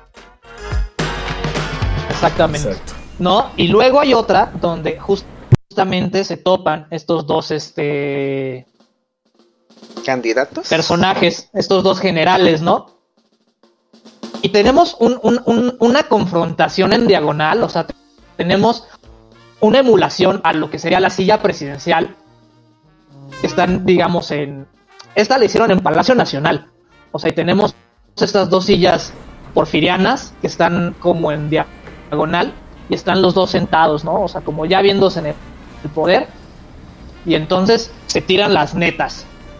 B: Exactamente.
A: Exacto.
B: ¿No? Y luego hay otra donde just- justamente se topan estos dos este
C: ¿Candidatos?
B: personajes, estos dos generales, ¿no? Y tenemos un, un- un- una confrontación en diagonal, o sea, tenemos una emulación a lo que sería la silla presidencial, que están, digamos, en... Esta la hicieron en Palacio Nacional, o sea, y tenemos estas dos sillas porfirianas que están como en diagonal, y están los dos sentados, ¿no? O sea, como ya viéndose en el, el poder, y entonces se tiran las netas.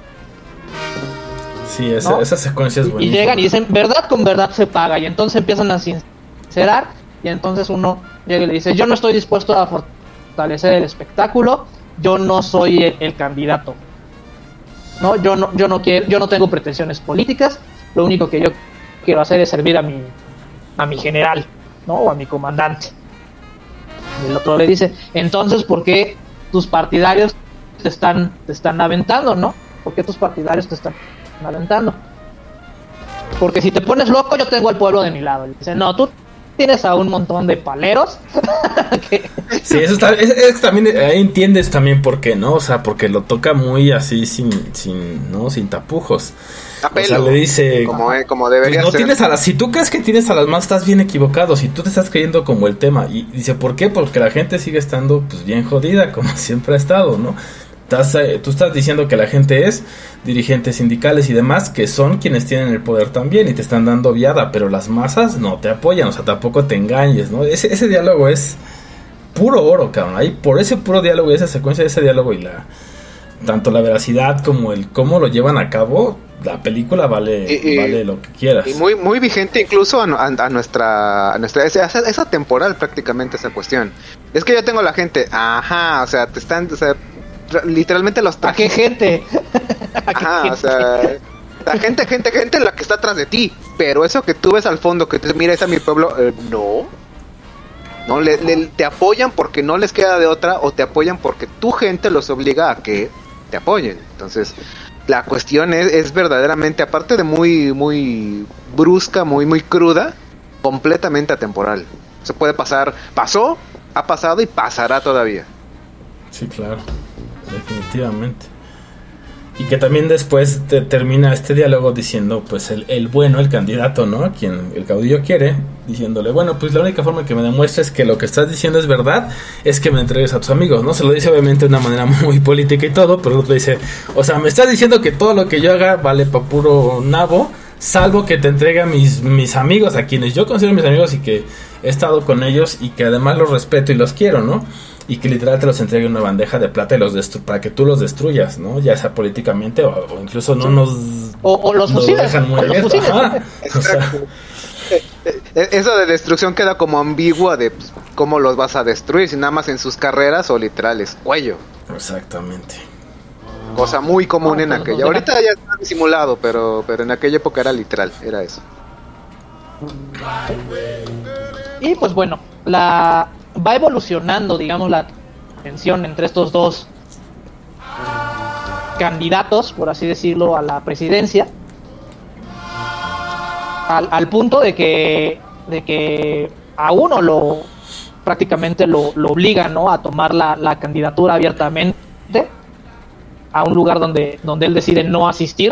A: Sí, esa,
B: ¿No?
A: esa secuencia es
B: Y
A: buenísima.
B: llegan y dicen, verdad con verdad se paga. Y entonces empiezan a sincerar. Y entonces uno llega y le dice, yo no estoy dispuesto a fortalecer el espectáculo. Yo no soy el, el candidato. No, yo no, yo no quiero, yo no tengo pretensiones políticas. Lo único que yo quiero hacer es servir a mi, a mi general, ¿no? O a mi comandante. Y el otro le dice, entonces, ¿por qué tus partidarios te están, te están aventando, no? ¿Por qué tus partidarios te están aventando? Porque si te pones loco, yo tengo al pueblo de mi lado. Y dice, no, tú tienes a un montón de paleros. que...
A: Sí, eso está, es, es que también ahí entiendes también por qué, ¿no? O sea, porque lo toca muy así sin, sin, ¿no? Sin tapujos.
C: A
A: O
C: pelo,
A: sea, le dice,
C: como, eh, como
A: pues
C: debería
A: no
C: ser.
A: tienes a las, si tú crees que tienes a las más, estás bien equivocado. Si tú te estás creyendo como el tema. Y dice, ¿por qué? Porque la gente sigue estando pues bien jodida, como siempre ha estado, ¿no? Estás, eh, tú estás diciendo que la gente es dirigentes sindicales y demás, que son quienes tienen el poder también y te están dando viada, pero las masas no te apoyan, o sea, tampoco te engañes, ¿no? Ese, ese diálogo es puro oro, cabrón. Ahí por ese puro diálogo y esa secuencia de ese diálogo y la tanto la veracidad como el cómo lo llevan a cabo, la película vale,
C: y, y,
A: vale lo que quieras.
C: Y muy muy vigente incluso a, a, a nuestra a nuestra esa, esa temporal prácticamente esa cuestión. Es que yo tengo la gente, ajá, o sea, te están, o sea, literalmente los
B: ¿A qué gente?
C: ¿A qué ajá, gente? O sea, la gente, gente, gente la que está atrás de ti, pero eso que tú ves al fondo que te mira ese a mi pueblo, eh, no. No le, le te apoyan porque no les queda de otra o te apoyan porque tu gente los obliga a que te apoyen. Entonces, la cuestión es, es verdaderamente, aparte de muy muy brusca, muy muy cruda, completamente atemporal. Se puede pasar, pasó, ha pasado y pasará todavía.
A: Sí, claro, definitivamente. Y que también después te termina este diálogo diciendo, pues el, el bueno, el candidato, ¿no? A quien el caudillo quiere, diciéndole, bueno, pues la única forma que me demuestres que lo que estás diciendo es verdad es que me entregues a tus amigos, ¿no? Se lo dice obviamente de una manera muy política y todo, pero otro dice, o sea, me estás diciendo que todo lo que yo haga vale pa' puro nabo, salvo que te entregue a mis, mis amigos, a quienes yo considero mis amigos y que he estado con ellos y que además los respeto y los quiero, ¿no? Y que literal te los entregue en una bandeja de plata y los destru- para que tú los destruyas, ¿no? Ya sea políticamente o, o incluso no nos
B: o, o los
A: nos
B: fusiles,
A: dejan muy abiertos. Ajá. O sea,
C: eso de destrucción queda como ambigua de pues, cómo los vas a destruir, si nada más en sus carreras o literales, cuello.
A: Exactamente.
C: Cosa muy común
B: no,
C: en
B: no,
C: aquella.
B: no,
C: Ahorita ya está disimulado, pero pero en aquella época era literal, era eso.
B: Y pues bueno, la va evolucionando, digamos, la tensión entre estos dos candidatos, por así decirlo, a la presidencia, al, al punto de que de que a uno lo prácticamente lo, lo obliga, ¿no?, a tomar la, la candidatura abiertamente a un lugar donde donde él decide no asistir.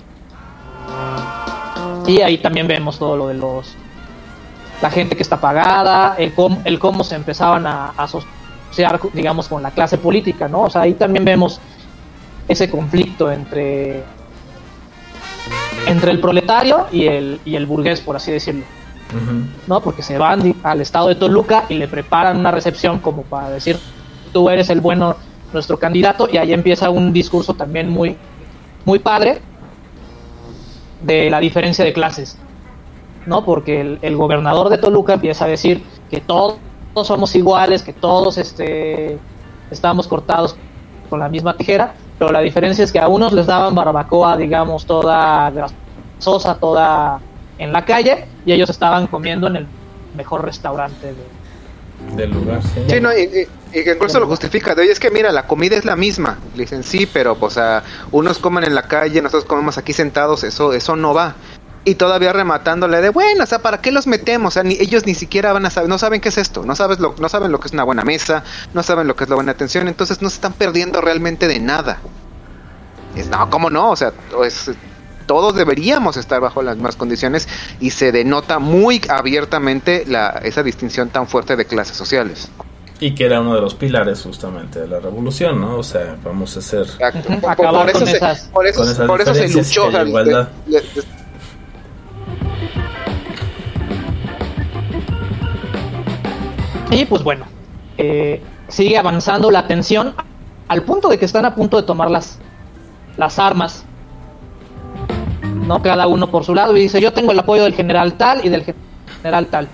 B: Y ahí también vemos todo lo de los la gente que está pagada, el cómo, el cómo se empezaban a, a asociar, digamos, con la clase política, ¿no? O sea, ahí también vemos ese conflicto entre entre el proletario y el y el burgués, por así decirlo. Uh-huh. ¿No? Porque se van al estado de Toluca y le preparan una recepción como para decir, tú eres el bueno, nuestro candidato, y ahí empieza un discurso también muy muy padre de la diferencia de clases, ¿no? Porque el, el gobernador de Toluca empieza a decir que todos, todos somos iguales, que todos este, estamos cortados con la misma tijera, pero la diferencia es que a unos les daban barbacoa, digamos, toda grasosa, toda en la calle, y ellos estaban comiendo en el mejor restaurante de,
A: del lugar. Sí,
C: sí, no, y, y, y que incluso lo justifica, de oye, es que mira, la comida es la misma. Le dicen, sí, pero pues a unos comen en la calle, nosotros comemos aquí sentados, eso eso no va. Y todavía rematándole de, bueno, o sea, ¿para qué los metemos? O sea, ni, ellos ni siquiera van a saber, no saben qué es esto, no sabes lo, no saben lo que es una buena mesa, no saben lo que es la buena atención, entonces no se están perdiendo realmente de nada. Es, no, ¿cómo no? O sea, pues, todos deberíamos estar bajo las mismas condiciones y se denota muy abiertamente la, esa distinción tan fuerte de clases sociales.
A: Y que era uno de los pilares justamente de la revolución, ¿no? O sea, vamos a hacer...
C: Exacto.
B: Uh-huh. Por, por, eso se,
C: por, eso,
A: con
C: por eso se luchó.
A: La igualdad.
C: De, de, de,
B: Y pues bueno, eh, sigue avanzando la tensión al punto de que están a punto de tomar las, las armas, ¿no? Cada uno por su lado, y dice, yo tengo el apoyo del general tal y del general tal.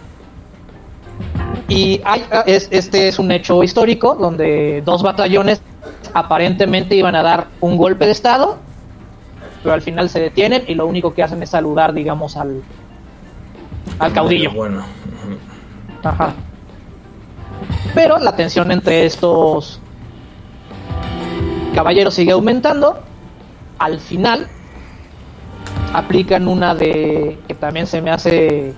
B: Y hay, es, este es un hecho histórico donde dos batallones aparentemente iban a dar un golpe de estado, pero al final se detienen y lo único que hacen es saludar, digamos, al, al caudillo.
A: Bueno. Uh-huh.
B: Ajá. Pero la tensión entre estos caballeros sigue aumentando. Al final aplican una de que también se me hace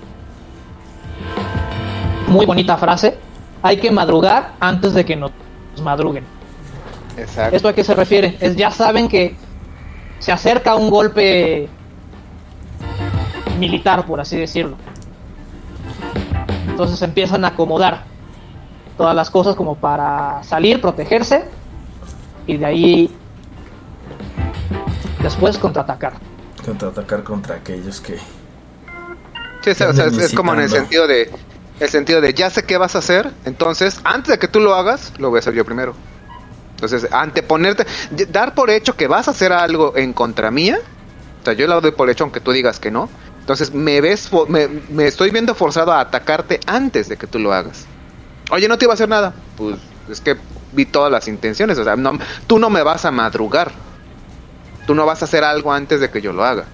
B: muy bonita frase: hay que madrugar antes de que nos madruguen.
C: Exacto.
B: ¿Esto a qué se refiere? Es, ya saben que se acerca un golpe militar, por así decirlo. Entonces empiezan a acomodar todas las cosas como para salir, protegerse y de ahí después contraatacar.
A: Contraatacar contra aquellos que...
C: Sí, o sea, o sea, es, es como en el sentido de el sentido de ya sé qué vas a hacer, entonces antes de que tú lo hagas, lo voy a hacer yo primero. Entonces, anteponerte, dar por hecho que vas a hacer algo en contra mía, O sea, yo lo doy por hecho aunque tú digas que no. Entonces me ves, me, me estoy viendo forzado a atacarte antes de que tú lo hagas. Oye, no te iba a hacer nada. Pues es que vi todas las intenciones. O sea, no, tú no me vas a madrugar. Tú no vas a hacer algo antes de que yo lo haga.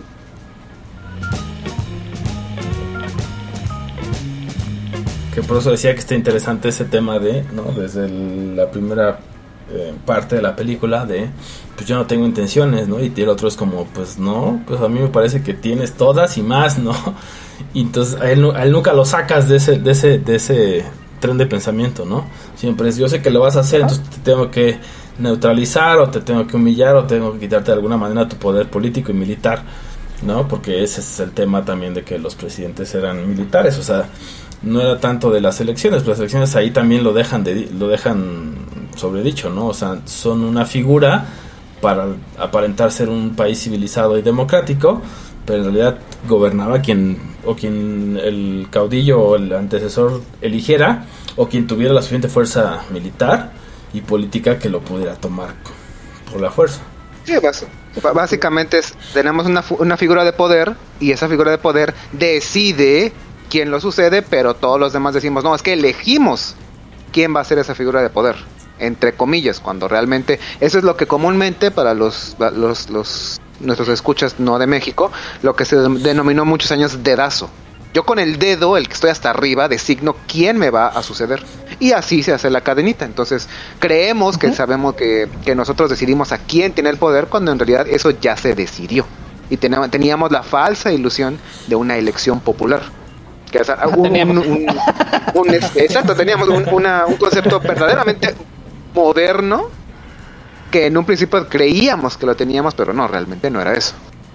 A: Que por eso decía que está interesante ese tema de, ¿no? Desde el, la primera eh, parte de la película de, pues yo no tengo intenciones, ¿no? Y el otro es como, pues no, pues a mí me parece que tienes todas y más, ¿no? Y entonces a él, a él nunca lo sacas de ese, de ese, de ese tren de pensamiento, ¿no? Siempre es, yo sé que lo vas a hacer, entonces te tengo que neutralizar o te tengo que humillar o tengo que quitarte de alguna manera tu poder político y militar, ¿no? Porque ese es el tema también de que los presidentes eran militares, o sea, no era tanto de las elecciones, pero las elecciones ahí también lo dejan de, lo dejan sobredicho, ¿no? O sea, son una figura para aparentar ser un país civilizado y democrático, pero en realidad gobernaba quien o quien el caudillo o el antecesor eligiera, o quien tuviera la suficiente fuerza militar y política que lo pudiera tomar por la fuerza.
C: Sí, básicamente es, tenemos una, una figura de poder, y esa figura de poder decide quién lo sucede, pero todos los demás decimos, no, es que elegimos quién va a ser esa figura de poder, entre comillas, cuando realmente eso es lo que comúnmente para los, los, los nuestros escuchas no de México, lo que se denominó muchos años dedazo. Yo con el dedo, el que estoy hasta arriba, designo quién me va a suceder. Y así se hace la cadenita. Entonces, creemos que uh-huh. sabemos que, que nosotros decidimos a quién tiene el poder, cuando en realidad eso ya se decidió. Y teníamos, teníamos la falsa ilusión de una elección popular. Que, o sea, un, un, un, un, este, exacto, teníamos un, una, un concepto verdaderamente moderno, que en un principio creíamos que lo teníamos, pero no, realmente no era eso.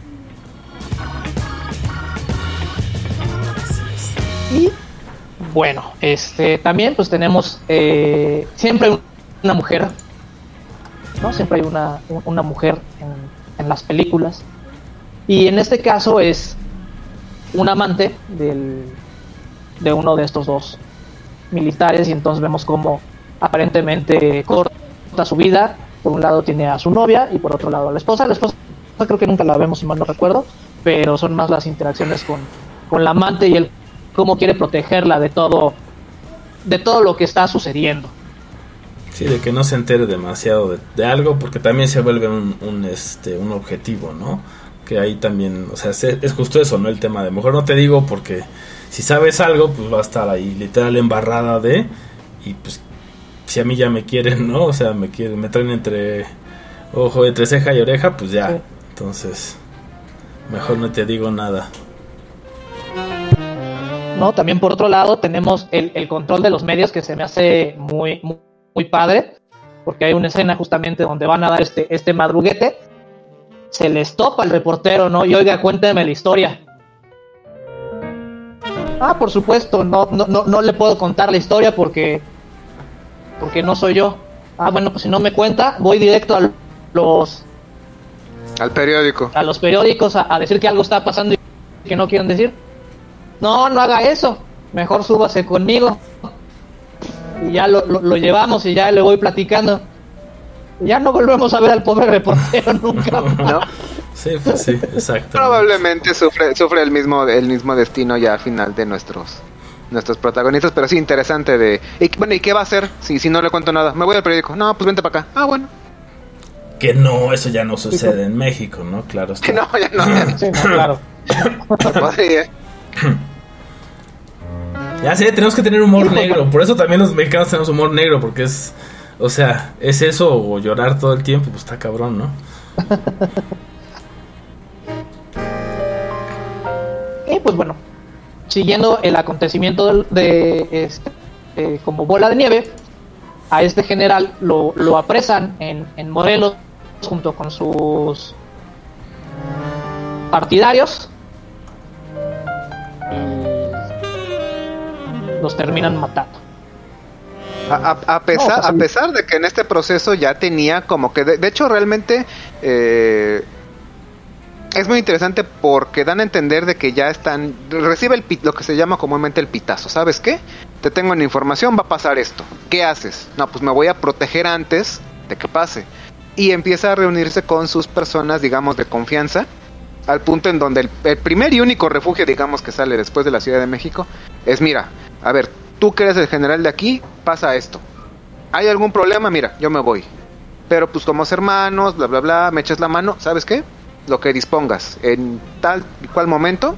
B: Y bueno, este también pues tenemos eh, siempre hay una mujer, ¿no? Siempre hay una, una mujer en, en las películas, y en este caso es un amante del, de uno de estos dos militares, y entonces vemos cómo aparentemente corta su vida. Por un lado tiene a su novia y por otro lado a la esposa. La esposa creo que nunca la vemos, si mal no recuerdo, pero son más las interacciones con, con la amante y él cómo quiere protegerla de todo de todo lo que está sucediendo.
A: Sí, de que no se entere demasiado de, de algo, porque también se vuelve un, un este un objetivo, ¿no? Que ahí también, o sea, es, es justo eso, ¿no? El tema de mejor no te digo, porque si sabes algo, pues va a estar ahí literal embarrada de, y pues si a mí ya me quieren, ¿no? O sea, me quieren, me traen entre ojo, entre ceja y oreja, pues ya. Sí. Entonces, mejor no te digo nada.
B: No, también por otro lado tenemos el, el control de los medios, que se me hace muy, muy, muy padre, porque hay una escena justamente donde van a dar este, este madruguete, se les topa el reportero, ¿no? Y oiga, cuénteme la historia. Ah, por supuesto, no, no, no, no le puedo contar la historia porque, porque no soy yo. Ah, bueno, pues si no me cuenta, voy directo a los...
C: Al periódico.
B: A los periódicos a, a decir que algo está pasando y que no quieren decir. No, no haga eso, mejor súbase conmigo. Y ya lo, lo, lo llevamos y ya le voy platicando. Y ya no volvemos a ver al pobre reportero nunca más.
C: ¿No?
A: Sí, pues sí, exacto.
C: Probablemente sufre sufre el mismo el mismo destino ya al final de nuestros nuestros protagonistas, pero sí interesante de... Y, bueno, ¿y qué va a hacer si, si no le cuento nada? Me voy al periódico. No, pues vente para acá. Ah, bueno.
A: Que no, eso ya no sucede en México, ¿no? Claro está.
C: Que no, ya no. Ya.
B: Sí, no, claro.
C: No podría.
A: Ya sé, tenemos que tener humor negro. Por eso también los mexicanos tenemos humor negro, porque es... O sea, es eso o llorar todo el tiempo, pues está cabrón, ¿no?
B: Y pues bueno, siguiendo el acontecimiento de, de este, eh, como bola de nieve, a este general lo, lo apresan en, en Morelos junto con sus partidarios y los terminan matando.
C: A, a, a, pesar, no, pues, a pesar de que en este proceso ya tenía como que... De, de hecho, realmente eh, es muy interesante porque dan a entender de que ya están... Recibe el pit, lo que se llama comúnmente el pitazo. ¿Sabes qué? Te tengo en información, va a pasar esto. ¿Qué haces? No, pues me voy a proteger antes de que pase. Y empieza a reunirse con sus personas, digamos, de confianza. al punto en donde el, el primer y único refugio, digamos, que sale después de la Ciudad de México, es mira, a ver, tú que eres el general de aquí, pasa esto. ¿Hay algún problema? Mira, yo me voy. Pero pues como hermanos, bla, bla, bla, me echas la mano, ¿sabes qué? Lo que dispongas, en tal y cual momento,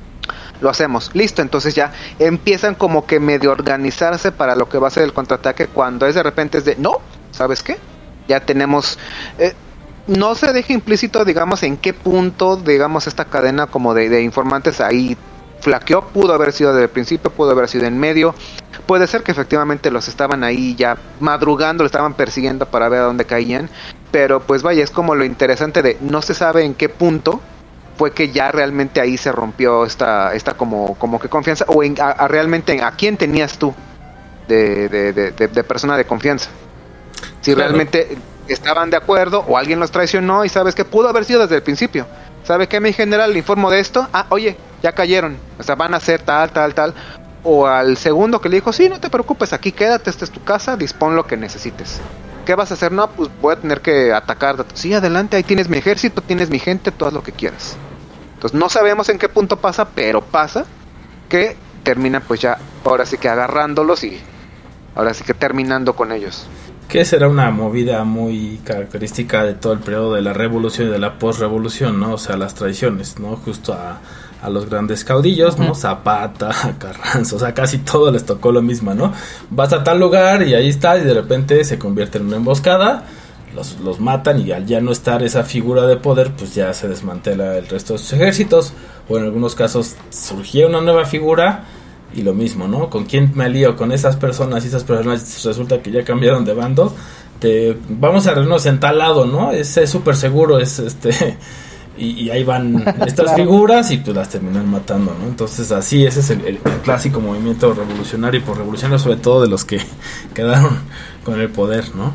C: lo hacemos. Listo, entonces ya empiezan como que medio organizarse para lo que va a ser el contraataque, cuando es de repente es de, no, ¿sabes qué? Ya tenemos... Eh, no se deja implícito, digamos, en qué punto, digamos, esta cadena como de, de informantes ahí flaqueó. Pudo haber sido desde el principio, pudo haber sido en medio. Puede ser que efectivamente los estaban ahí ya madrugando, lo estaban persiguiendo para ver a dónde caían. Pero pues vaya, es como lo interesante de no se sabe en qué punto fue que ya realmente ahí se rompió esta esta como como que confianza, o en, a, a realmente a quién tenías tú de, de, de, de, de persona de confianza. Si claro. realmente estaban de acuerdo o alguien los traicionó, y sabes que pudo haber sido desde el principio. ¿Sabe qué, mi general? Le informo de esto. Ah, oye, ya cayeron. O sea, van a hacer tal, tal, tal. O al segundo que le dijo, sí, no te preocupes, aquí quédate, esta es tu casa, dispón lo que necesites. ¿Qué vas a hacer? No, pues voy a tener que atacar. Sí, adelante, ahí tienes mi ejército, tienes mi gente, todo lo que quieras. Entonces no sabemos en qué punto pasa, pero pasa que terminan pues ya, ahora sí que agarrándolos y ahora sí que terminando con ellos.
A: Que será una movida muy característica de todo el periodo de la revolución y de la posrevolución, ¿no? O sea, las traiciones, ¿no? Justo a, a los grandes caudillos, ¿no? Zapata, Carranza, o sea, casi todo les tocó lo mismo, ¿no? Vas a tal lugar y ahí está, y de repente se convierte en una emboscada, los, los matan, y al ya no estar esa figura de poder, pues ya se desmantela el resto de sus ejércitos, o en algunos casos surgía una nueva figura. Y lo mismo, ¿no? ¿Con quién me alío? Con esas personas, y esas personas resulta que ya cambiaron de bando. Te, vamos a reunirnos en tal lado, ¿no? Es súper seguro, es este... Y, y ahí van estas claro. figuras y pues las terminan matando, ¿no? Entonces así, ese es el, el, el clásico movimiento revolucionario y por revolucionario, sobre todo de los que quedaron con el poder, ¿no?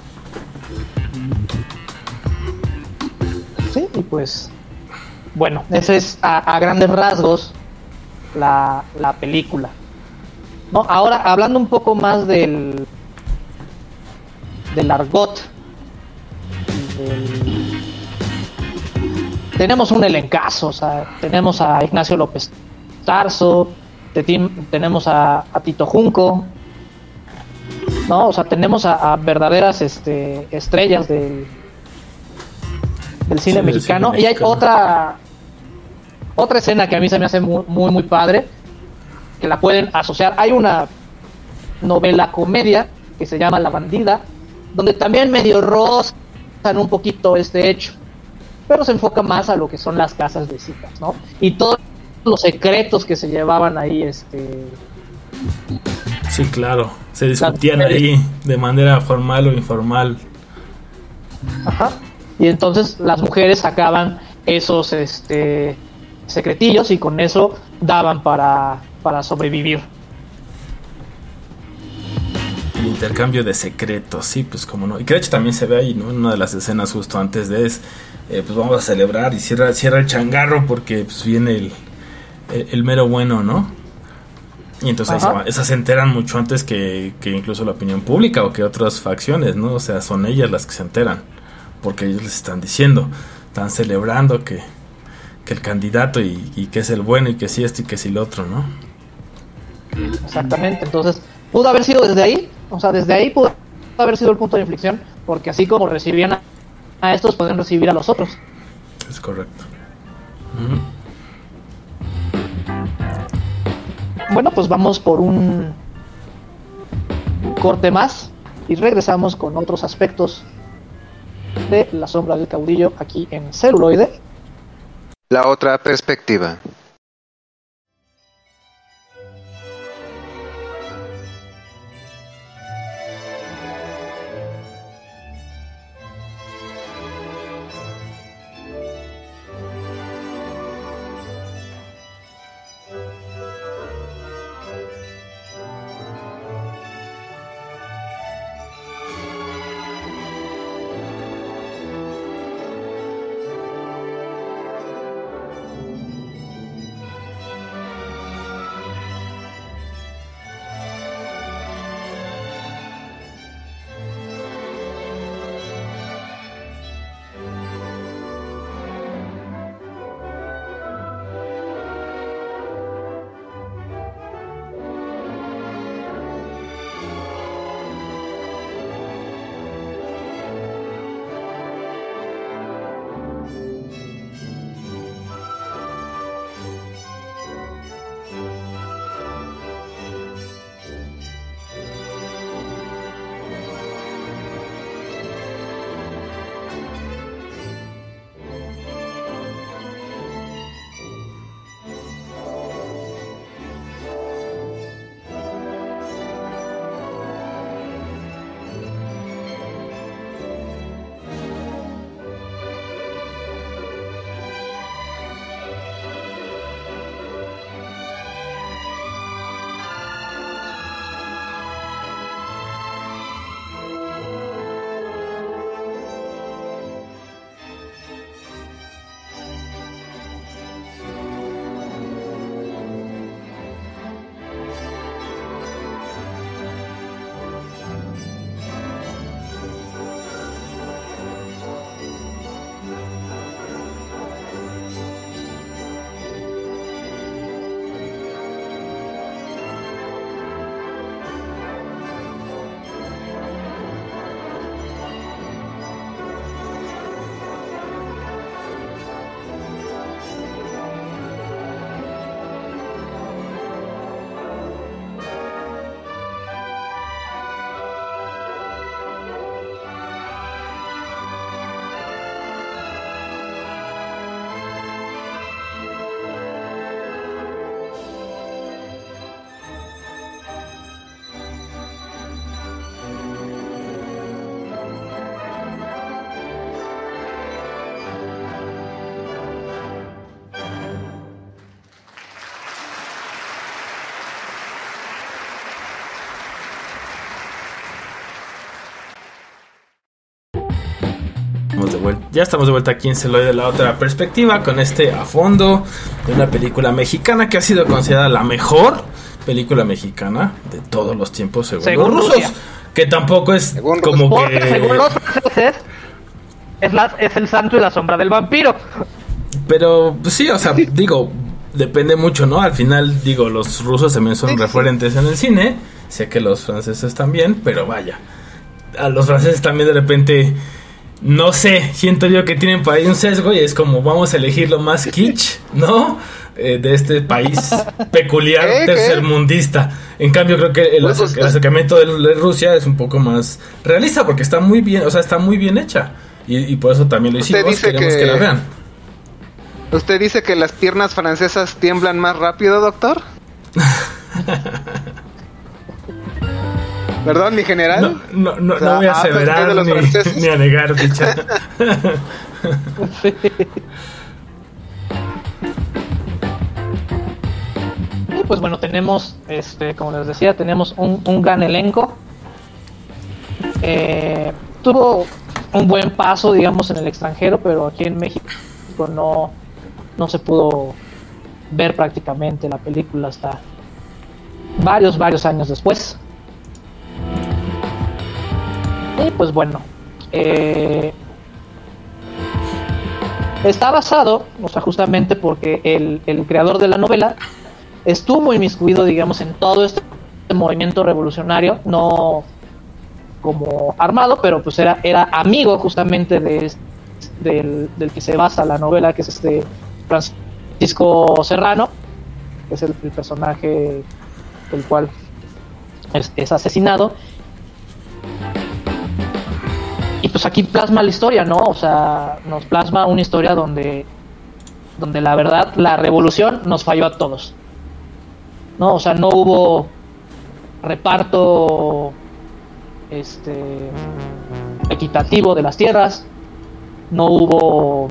B: Sí, y pues... Bueno, ese es a, a grandes rasgos La, la película, ¿no? Ahora, hablando un poco más del del argot, del, tenemos un elencazo, o sea, tenemos a Ignacio López Tarso, te, tenemos a, a Tito Junco, ¿no? O sea, tenemos a, a verdaderas este, estrellas del, del cine, sí, mexicano, del cine mexicano, y hay otra Otra escena que a mí se me hace muy, muy, muy padre, que la pueden asociar. Hay una novela comedia que se llama La Bandida, donde también medio rozan un poquito este hecho, pero se enfoca más a lo que son las casas de citas, ¿no? Y todos los secretos que se llevaban ahí, este...
A: Sí, claro, se discutían ahí de manera formal o informal.
B: Ajá. Y entonces las mujeres sacaban esos, este... secretillos, y con eso daban para, para sobrevivir.
A: El intercambio de secretos, sí, pues como no. Y que de hecho también se ve ahí, ¿no? En una de las escenas justo antes de es, eh, pues vamos a celebrar y cierra, cierra el changarro porque pues viene el, el, el mero bueno, ¿no? Y entonces ahí se, va, esas se enteran mucho antes que, que incluso la opinión pública o que otras facciones, ¿no? O sea, son ellas las que se enteran porque ellos les están diciendo, están celebrando que que el candidato y, y que es el bueno y que sí esto y que sí lo otro, ¿no?
B: Exactamente, entonces pudo haber sido desde ahí, o sea, desde ahí pudo haber sido el punto de inflexión, porque así como recibían a, a estos, pueden recibir a los otros.
A: Es correcto.
B: Uh-huh. Bueno, pues vamos por un corte más y regresamos con otros aspectos de La Sombra del Caudillo aquí en Celuloide.
C: La otra perspectiva.
A: estamos de vuelta, ya estamos de vuelta aquí en Celoy de la otra perspectiva, con este a fondo de una película mexicana que ha sido considerada la mejor película mexicana de todos los tiempos según, según los rusos, Rusia. Que tampoco es según como
B: Porque
A: que
B: según los franceses es, la, es el santo y la sombra del vampiro.
A: Pero pues, sí, o sea, digo, depende mucho, ¿no? Al final, digo, los rusos también son sí, referentes sí. en el cine, sé que los franceses también, pero vaya, a los franceses también de repente, no sé, siento yo que tienen por ahí un sesgo y es como vamos a elegir lo más kitsch, ¿no? Eh, de este país peculiar ¿Eh, tercermundista. En cambio creo que el, acer- el acercamiento de, de Rusia es un poco más realista porque está muy bien, o sea, está muy bien hecha y, y por eso también lo hicimos, queremos que... que la vean.
C: ¿Usted dice que las piernas francesas tiemblan más rápido, doctor? ¿Perdón, mi general?
A: No, no, no, o sea, no voy a aseverar ni, ni a negar dicha.
B: Sí. Y pues bueno, tenemos, este, como les decía, tenemos un, un gran elenco. Eh, tuvo un buen paso, digamos, en el extranjero, pero aquí en México no, no se pudo ver prácticamente la película hasta varios, varios años después. Y pues bueno, eh, está basado, o sea, justamente porque el, el creador de la novela estuvo inmiscuido, digamos, en todo este movimiento revolucionario, no como armado, pero pues era, era amigo justamente de, del, del que se basa la novela, que es este Francisco Serrano, que es el, el personaje del cual es, es asesinado. Y pues aquí plasma la historia, ¿no? O sea, nos plasma una historia donde, donde la verdad, la revolución nos falló a todos, ¿no? O sea, no hubo reparto este equitativo de las tierras, no hubo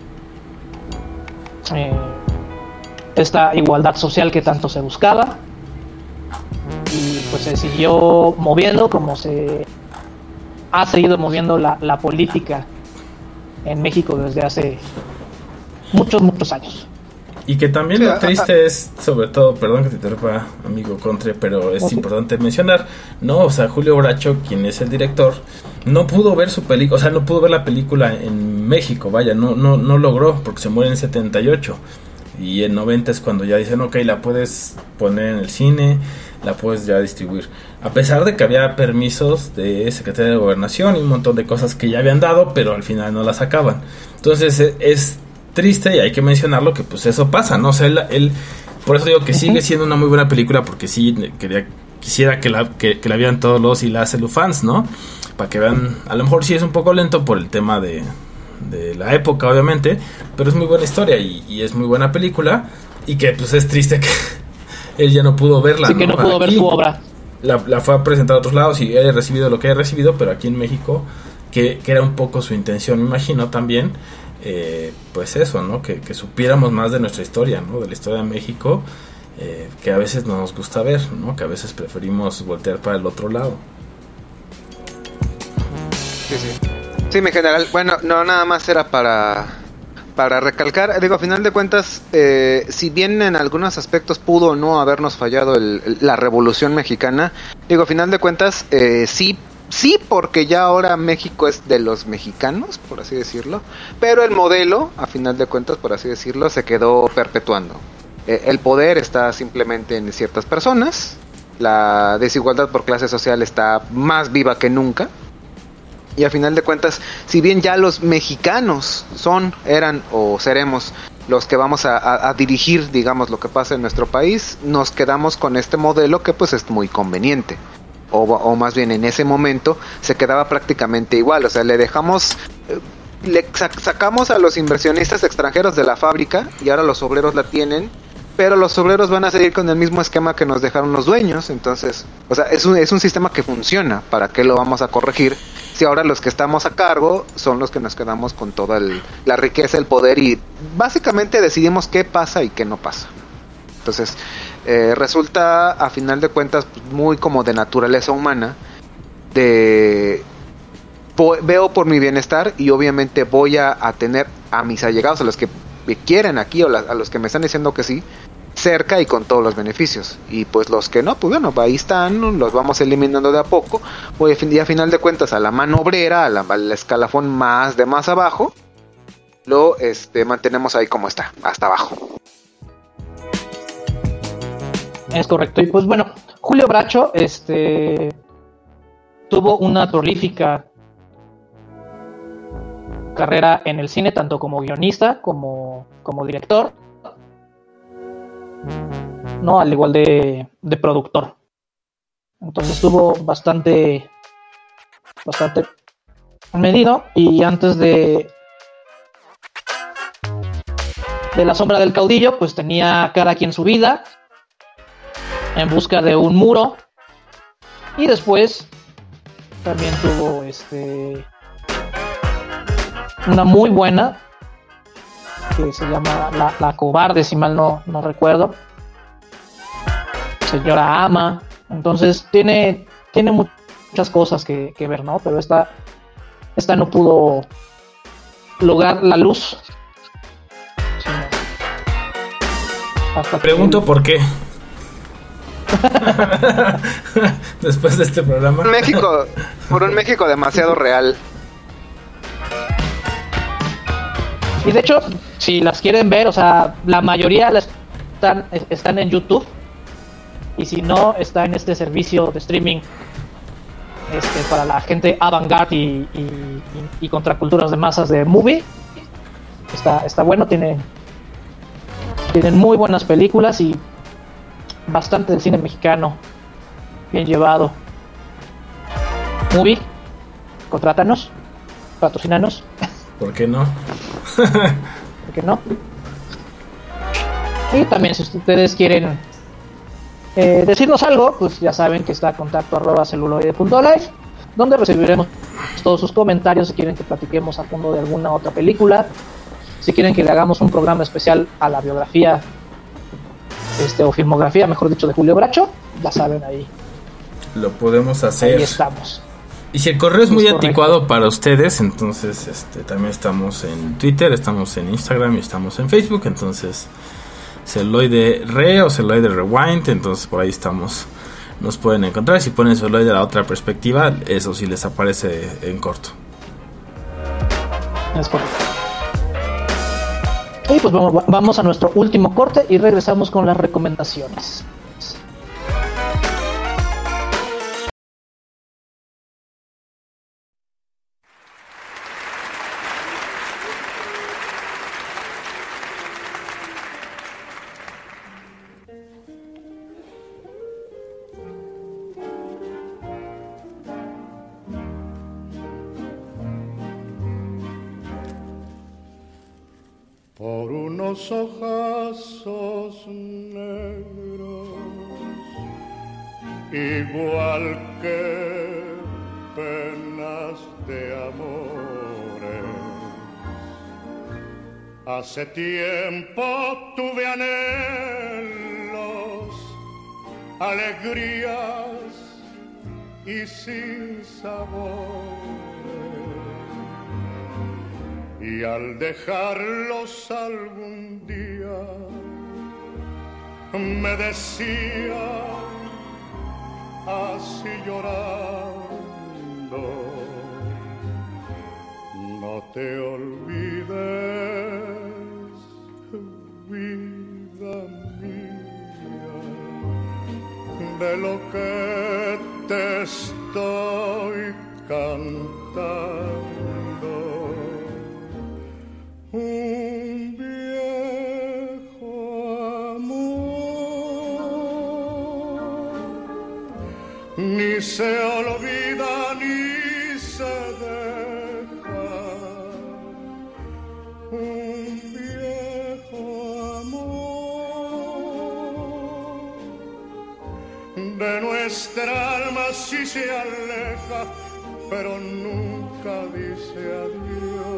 B: eh, esta igualdad social que tanto se buscaba, y pues se siguió moviendo como se ha seguido moviendo la, la política en México desde hace muchos, muchos años.
A: Y que también sí, lo triste es, sobre todo, perdón que te interrumpa, amigo Contre, pero es okay. importante mencionar, ¿no? O sea, Julio Bracho, quien es el director, no pudo ver su película, o sea, no pudo ver la película en México, vaya, no, no, no logró, porque se muere en setenta y ocho. Y en noventa es cuando ya dicen, ok, la puedes poner en el cine, la puedes ya distribuir. A pesar de que había permisos de Secretaría de Gobernación y un montón de cosas que ya habían dado, pero al final no las sacaban. Entonces es, es triste y hay que mencionarlo que pues eso pasa, ¿no? O sea, él, él por eso digo que sigue siendo una muy buena película, porque sí quería, quisiera que la, que, que la vieran todos los y las celufans, ¿no? Para que vean, a lo mejor sí es un poco lento por el tema de... de la época, obviamente, pero es muy buena historia y, y es muy buena película, y que pues es triste que él ya no pudo verla.
B: Sí, que no, no pudo ver su obra.
A: La, la fue a presentar a otros lados y haya recibido lo que haya recibido, pero aquí en México, que, que era un poco su intención, me imagino también, eh, pues eso, ¿no? Que, que supiéramos más de nuestra historia, ¿no? De la historia de México, eh, que a veces no nos gusta ver, ¿no? Que a veces preferimos voltear para el otro lado.
C: Sí, sí. Sí, mi general, bueno, no, nada más era para para recalcar, digo, a final de cuentas, eh, si bien en algunos aspectos pudo o no habernos fallado el, el, la Revolución Mexicana, digo, a final de cuentas, eh, sí, sí, porque ya ahora México es de los mexicanos, por así decirlo, pero el modelo, a final de cuentas, por así decirlo, se quedó perpetuando. Eh, el poder está simplemente en ciertas personas, la desigualdad por clase social está más viva que nunca. Y a final de cuentas, si bien ya los mexicanos son, eran o seremos los que vamos a, a, a dirigir, digamos, lo que pasa en nuestro país, nos quedamos con este modelo que pues es muy conveniente. O, o más bien en ese momento se quedaba prácticamente igual. O sea, le dejamos, eh, le sac- sacamos a los inversionistas extranjeros de la fábrica y ahora los obreros la tienen. Pero los obreros van a seguir con el mismo esquema que nos dejaron los dueños. Entonces, o sea, es un, es un sistema que funciona. ¿Para qué lo vamos a corregir? Si ahora los que estamos a cargo son los que nos quedamos con toda el, la riqueza, el poder, y básicamente decidimos qué pasa y qué no pasa. Entonces, eh, resulta a final de cuentas muy como de naturaleza humana, de voy, veo por mi bienestar y obviamente voy a, a tener a mis allegados, a los que me quieren aquí o la, a los que me están diciendo que sí, cerca y con todos los beneficios. Y pues los que no, pues bueno, ahí están, los vamos eliminando de a poco. Voy a, y a final de cuentas a la mano obrera, a la, al escalafón más de más abajo, lo este, mantenemos ahí como está, hasta abajo.
B: Es correcto. Y pues bueno, Julio Bracho este, tuvo una prolífica carrera en el cine, tanto como guionista como, como director, no, al igual de, de productor. Entonces tuvo bastante bastante medido. Y antes de de La sombra del caudillo, pues tenía Cada quien su vida, En busca de un muro, y después también tuvo este una muy buena que se llama La, la cobarde, si mal no, no recuerdo, Señora Ama. Entonces tiene tiene muchas cosas que, que ver, ¿no? Pero esta esta no pudo lograr la luz.
A: Hasta Pregunto que... por qué. Después de este programa.
C: México, por un México demasiado real.
B: Y de hecho, si las quieren ver, o sea, la mayoría las están, están en YouTube. Y si no, está en este servicio de streaming este, para la gente avant-garde y, y, y, y contraculturas de masas de Movie. Está, está bueno, tiene, tienen muy buenas películas y bastante del cine mexicano bien llevado. Movie, contrátanos, patrocínanos.
A: ¿Por qué no?
B: ¿Por qué no? Y también si ustedes quieren eh, decirnos algo, pues ya saben que está contacto arroba celuloide punto live, donde recibiremos todos sus comentarios. Si quieren que platiquemos a fondo de alguna otra película, si quieren que le hagamos un programa especial a la biografía este o filmografía, mejor dicho, de Julio Bracho, ya saben, ahí
A: lo podemos hacer.
B: Ahí estamos.
A: Y si el correo es muy
B: es
A: anticuado para ustedes, entonces este también estamos en Twitter, estamos en Instagram y estamos en Facebook. Entonces Celuloide Re o Celuloide Rewind, entonces por ahí estamos, nos pueden encontrar. Si ponen Celuloide La otra perspectiva, eso sí les aparece en corto.
B: Es correcto. Y pues vamos, vamos a nuestro último corte y regresamos con las recomendaciones.
E: Por unos ojazos negros, igual que penas de amores, hace tiempo tuve anhelos, alegrías y sin sabor. Y al dejarlos algún día me decía así llorando: no te olvides, vida mía, de lo que te estoy cantando. Un viejo amor ni se olvida ni se deja. Un viejo amor de nuestra alma sí se aleja, pero nunca dice adiós.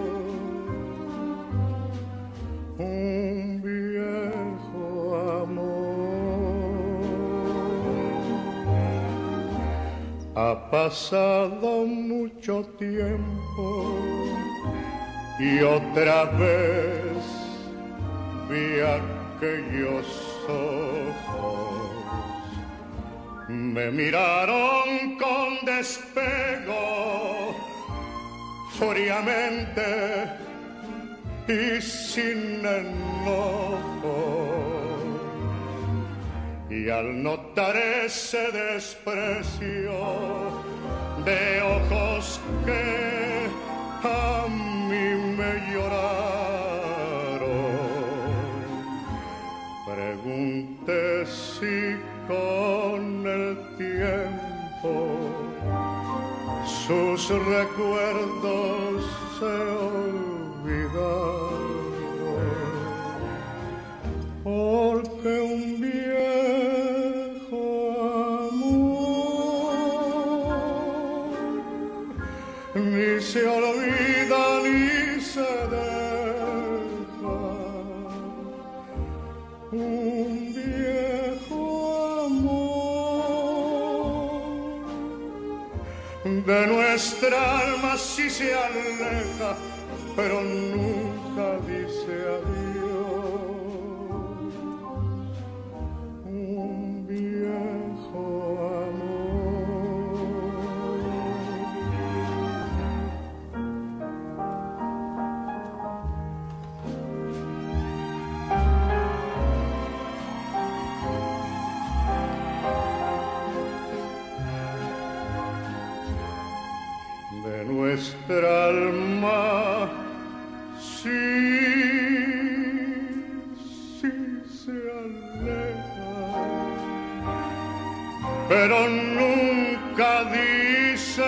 E: Un viejo amor Ha pasado mucho tiempo y otra vez vi aquellos ojos. Me miraron con despego, fríamente y sin enojo. Y al notar ese desprecio de ojos que a mí me lloraron, pregunté si con el tiempo sus recuerdos se olvidaron. Porque un viejo amor ni se olvida ni se deja. Un viejo amor de nuestra alma sí se aleja, pero nunca dice adiós. De nuestra alma sí, sí se aleja, pero nunca dice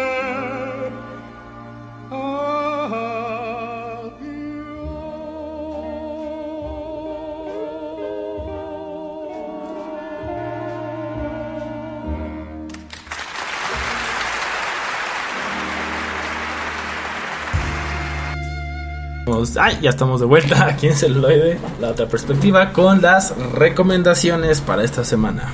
A: Ay, ya estamos de vuelta aquí en Celuloide, la otra perspectiva, con las recomendaciones para esta semana.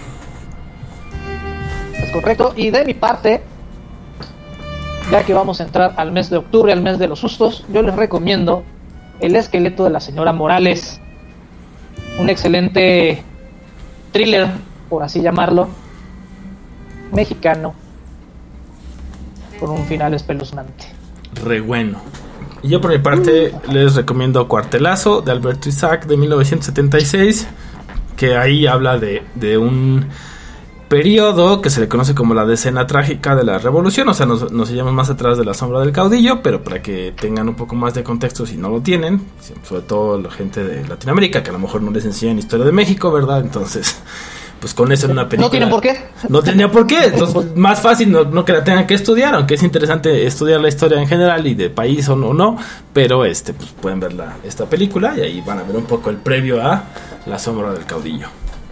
B: Es correcto, y de mi parte, ya que vamos a entrar al mes de octubre, al mes de los sustos, yo les recomiendo El esqueleto de la señora Morales, un excelente thriller, por así llamarlo, mexicano, con un final espeluznante.
A: Re bueno. Y yo por mi parte les recomiendo Cuartelazo de Alberto Isaac de mil novecientos setenta y seis, que ahí habla de, de un periodo que se le conoce como la decena trágica de la revolución. O sea, nos, nos llevamos más atrás de la sombra del caudillo, pero para que tengan un poco más de contexto si no lo tienen, sobre todo la gente de Latinoamérica, que a lo mejor no les enseñan historia de México, ¿verdad? Entonces, pues con eso en una película...
B: ¿No tienen por qué?
A: No tenía por qué, entonces más fácil no, no que la tengan que estudiar, aunque es interesante estudiar la historia en general y de país o no, no pero este pues pueden ver la, esta película y ahí van a ver un poco el previo a La sombra del caudillo.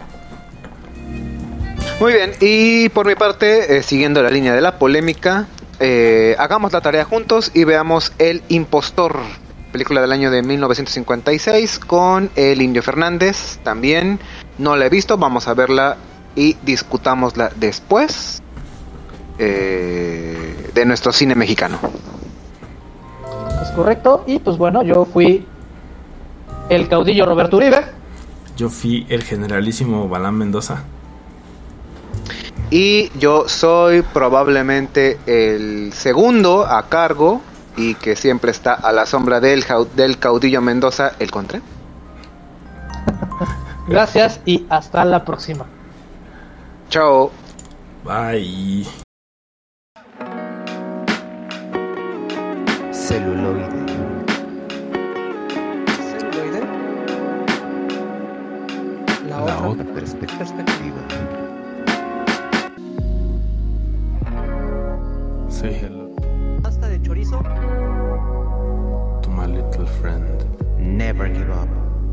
C: Muy bien, y por mi parte, eh, siguiendo la línea de la polémica, eh, hagamos la tarea juntos y veamos El Impostor, película del año de mil novecientos cincuenta y seis con el Indio Fernández. También no la he visto, vamos a verla y discutámosla después eh, de nuestro cine mexicano.
B: Es correcto, y pues bueno, yo fui el caudillo Roberto Uribe.
A: Yo fui el generalísimo Balán Mendoza.
C: Y yo soy probablemente el segundo a cargo y que siempre está a la sombra del, del caudillo Mendoza, el Contra.
B: Gracias y hasta la próxima.
C: Chao.
A: Bye.
D: Celuloide.
F: Celuloide. La,
D: La
F: otra,
D: otra perspe- perspectiva.
A: Say hello
F: pasta de chorizo.
A: to my little friend.
D: Never give up.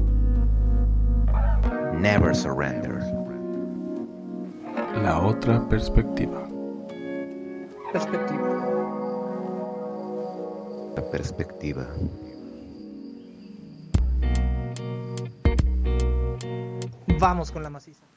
D: Never surrender.
A: La otra perspectiva.
F: Perspectiva.
D: La perspectiva.
F: Vamos con la maciza.